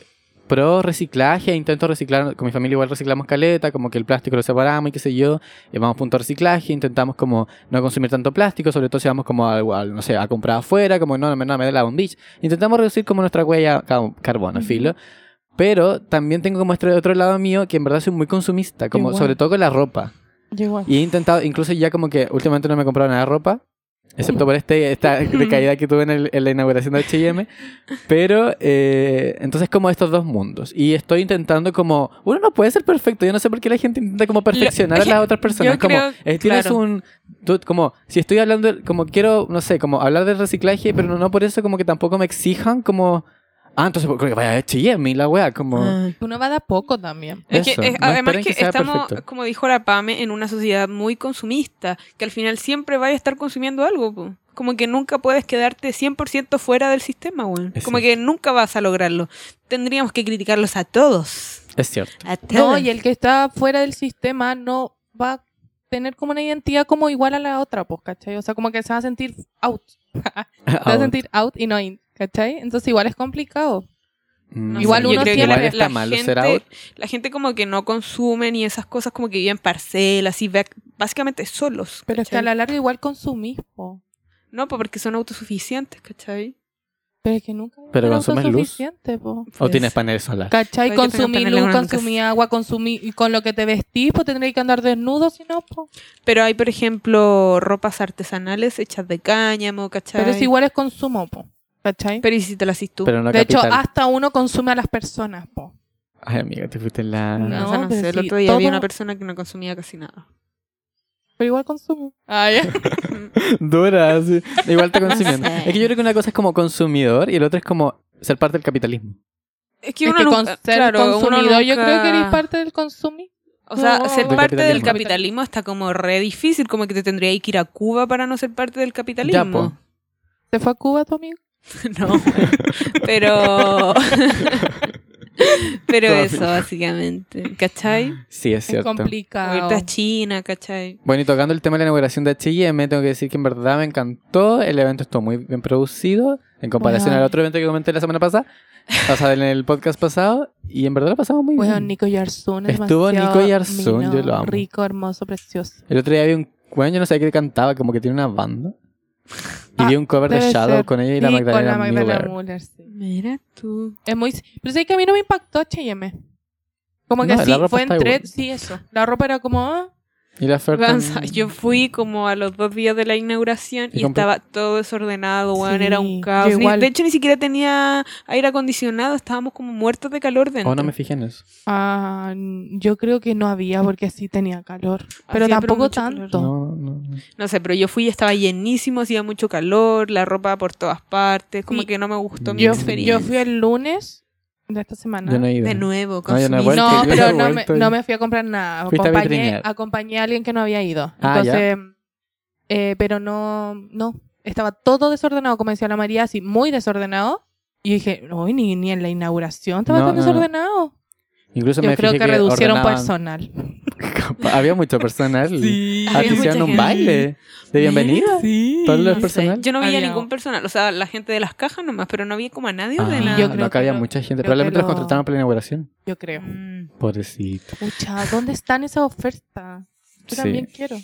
pro reciclaje e intento reciclar. Con mi familia igual reciclamos caleta, como que el plástico lo separamos y qué sé yo. Y vamos a punto de reciclaje, intentamos como no consumir tanto plástico, sobre todo si vamos como no sé, a comprar afuera, como no me da la bombilla. Intentamos reducir como nuestra huella carbono, filo. Pero también tengo como este otro lado mío que en verdad soy muy consumista, como Igual. sobre todo con la ropa. Yo igual. Y he intentado, incluso ya como que últimamente no me he comprado nada de ropa, excepto por esta recaída que tuve en la inauguración de H&M. Pero, entonces como estos dos mundos. Y estoy intentando como... Uno no puede ser perfecto. Yo no sé por qué la gente intenta como perfeccionar a las otras personas. yo Como, creo, tienes claro. como, si estoy hablando... Como quiero, no sé, como hablar del reciclaje, pero no por eso como que tampoco me exijan como... entonces creo que vaya a H&M y la wea, como... Uno va de a poco también. Es que, Eso, no además esperen que sea estamos, perfecto. como dijo la Pame, en una sociedad muy consumista, que al final siempre vaya a estar consumiendo algo, po. Como que nunca puedes quedarte 100% fuera del sistema, güey. Es Como cierto. que nunca vas a lograrlo. Tendríamos que criticarlos a todos. Es cierto. A todos. No, y el que está fuera del sistema no va a tener como una identidad como igual a la otra, pues, ¿cachai? O sea, como que se va a sentir out. Se va a sentir out y no in, ¿cachai? Entonces igual es complicado. No Igual sé, uno yo creo que tiene- igual está malo ser out. la gente como que no consume ni esas cosas, como que viven parcelas y básicamente solos. Pero es que a ¿cachai? la larga igual consumís, po. No, pues porque son autosuficientes, ¿cachai? Pero es que nunca Pero es consumes luz. autosuficiente, po. O tienes paneles solares. ¿Cachai? Puede que tengan Consumí paneles luz, en una consumí agua, consumí... Y con lo que te vestís, pues tendréis que andar desnudo, si no, pues. Pero hay, por ejemplo, ropas artesanales hechas de cáñamo, ¿cachai? Pero es igual es consumo, po. ¿Cachai? Pero ¿y si te las haces tú? Pero no De hecho, capital. hasta uno consume a las personas, po. Ay, amiga, te fuiste en la... No. O sea, no pero sé, el sí, otro día había todo- una persona que no consumía casi nada. Pero igual consumo. Ah, ya. Dura, sí. Igual está consumiendo. sé. Es que yo creo que una cosa es como consumidor y el otro es como ser parte del capitalismo. Es que Es uno que nunca, con ser claro, uno consumidor, yo nunca- creo que eres parte del consumir. O sea, No, ser del parte del capitalismo. capitalismo está como re difícil, como que te tendría que ir a Cuba para no ser parte del capitalismo. Ya, po. ¿Se fue a Cuba tu amigo? No, pero... pero Todavía. eso, básicamente, ¿cachai? Sí, es Es cierto. O complicado. irte a China, ¿cachai? Bueno, y tocando el tema de la inauguración de H&M, tengo que decir que en verdad me encantó. El evento estuvo muy bien producido en comparación Bueno. al otro evento que comenté la semana pasada, pasada en el podcast pasado, y en verdad lo pasamos muy Bueno, bien. Nico Yarzún es Estuvo demasiado Nico Yarzún, mino, yo lo amo. rico, hermoso, precioso. El otro día vi un... Bueno, yo no sé qué cantaba, como que tiene una banda. Y Ah, vi un cover de debe Shadow ser. con ella y la Sí, Magdalena con la Magdalena Müller. Müller, sí. Mira tú. Es muy... Pero sé que a mí no me impactó H&M. Como que No, la sí, ropa fue está entre... igual. Sí, eso. La ropa era como... ah, Y la oferta... Gansa, yo fui como a los 2 días de la inauguración ¿Y y compré? estaba todo desordenado, weón, Sí, era un yo caos. igual. De hecho, ni siquiera tenía aire acondicionado, estábamos como muertos de calor dentro. Oh, no me fijé en eso. yo creo que no había porque sí tenía calor. Pero Hacía, tampoco mucho calor. tanto. No. No sé, pero yo fui y estaba llenísimo, hacía mucho calor, la ropa por todas partes, como Sí. que no me gustó mi Yo experiencia. fui el lunes de esta semana. Yo no he ido. De nuevo, No, yo no he consumí- vuelto. No, yo pero he no vuelto y- no me fui a comprar nada. Fuiste a vitrinear. Acompañé a alguien que no había ido. Ah, Entonces, pero no, estaba todo desordenado, como decía la María, así, muy desordenado. Y yo dije, uy, ni en la inauguración estaba No, tan no. desordenado. Incluso Yo me creo fijé que reducieron ordenaban- personal. Había mucho personal. Sí. Ah, Había te hicieron mucha un gente. baile de bienvenida. Sí. Todo el No sé, personal. yo no veía Había- ningún personal, o sea, la gente de las cajas nomás, pero no había como a nadie Ah, ordenado. yo creo no, que había que mucha gente. creo Probablemente que los contrataron para la inauguración. Yo creo. Mm. Pobrecito. Pucha, ¿dónde están esas ofertas? Yo Sí. también quiero.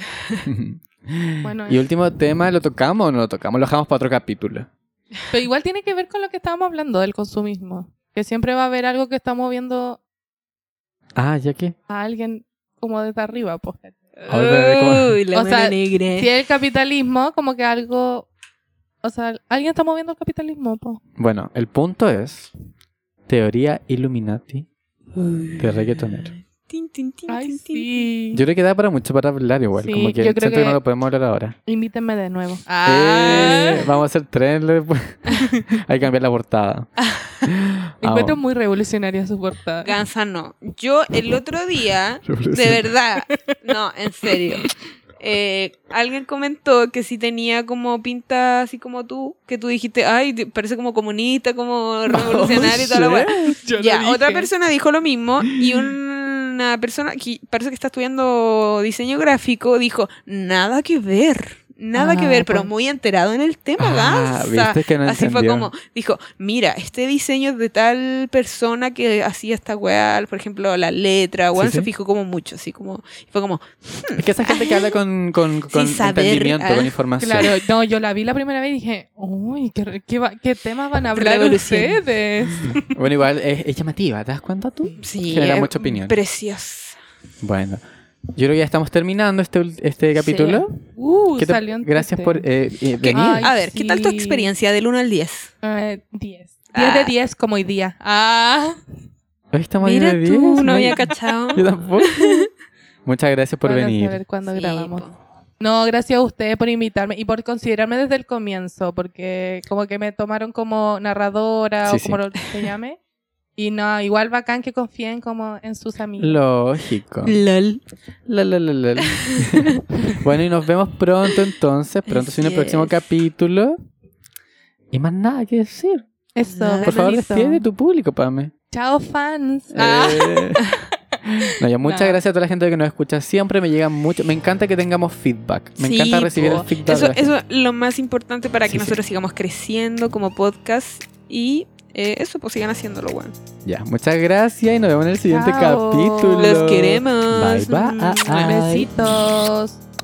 Bueno, Y último tema, ¿lo tocamos o no lo tocamos? Lo dejamos para otro capítulo. pero igual tiene que ver con lo que estábamos hablando del consumismo. Que siempre va a haber algo que está moviendo Ah, ¿ya qué? a alguien como desde arriba, pues. A ver, ¿cómo? Uy, la O sea, mano negra. Si es el capitalismo, como que algo... O sea, alguien está moviendo el capitalismo, pues. Bueno, el punto es teoría Illuminati de reggaetonero. Tin, tin, tin, Ay, tin, tin. sí. Yo creo que da para mucho para hablar igual. Sí, como que yo creo siento que que- no lo podemos hablar ahora. Invítenme de nuevo. Vamos a hacer tren después. Hay que cambiar la portada. Encuentro muy revolucionaria su portada. Gansa no. Yo el otro día, de verdad, no, en serio. Alguien comentó que si tenía como pinta así como tú, que tú dijiste, ay, parece como comunista, como revolucionario y toda la weá. Ya, otra persona dijo lo mismo y una persona que parece que está estudiando diseño gráfico dijo, nada que ver, nada que ver, pero muy enterado en el tema, gansa. viste que no Así fue entendió. como, dijo, mira, este diseño es de tal persona que hacía esta weá, por ejemplo, la letra, weón, Sí, se sí. fijó como mucho, así como, y fue como, Es que esa gente que habla con saber, entendimiento, con información. Claro, no, yo la vi la primera vez y dije, uy, ¿qué temas van a hablar Revolución. ustedes? Bueno, igual es llamativa, ¿te das cuenta tú? sí, Genera mucha opinión. preciosa. Bueno, yo creo que ya estamos terminando este capítulo. ¿Qué te- Salió Gracias por venir. Ay, A ver, ¿qué tal tu sí. experiencia del 1 al 10? 10. 10 Ah. de 10 como hoy día. Hoy estamos Mira ahí de tú, 10, no había cachado. Yo tampoco. Muchas gracias por Van a venir. saber cuándo Sí, grabamos. po. No, gracias a ustedes por invitarme y por considerarme desde el comienzo, porque como que me tomaron como narradora Sí, o como sí. lo se llame. Y no, igual bacán que confíen como en sus amigos. Lógico. LOL. La. Bueno, y nos vemos pronto entonces. Pronto se viene el Así próximo es. capítulo. Y más nada que decir. Eso, Por Por favor, listo. despide de tu público, Pame. Chao, fans. No, ya muchas No. gracias a toda la gente que nos escucha. Siempre me llega mucho. Me encanta que tengamos feedback. Me Sí, encanta recibir po. el feedback. de Eso la gente. es lo más importante para que Sí, nosotros sigamos creciendo como podcast y eso, pues sigan haciéndolo, bueno. Ya, muchas gracias y nos vemos en el siguiente Chao. capítulo. Los queremos. Bye, bye. Besitos.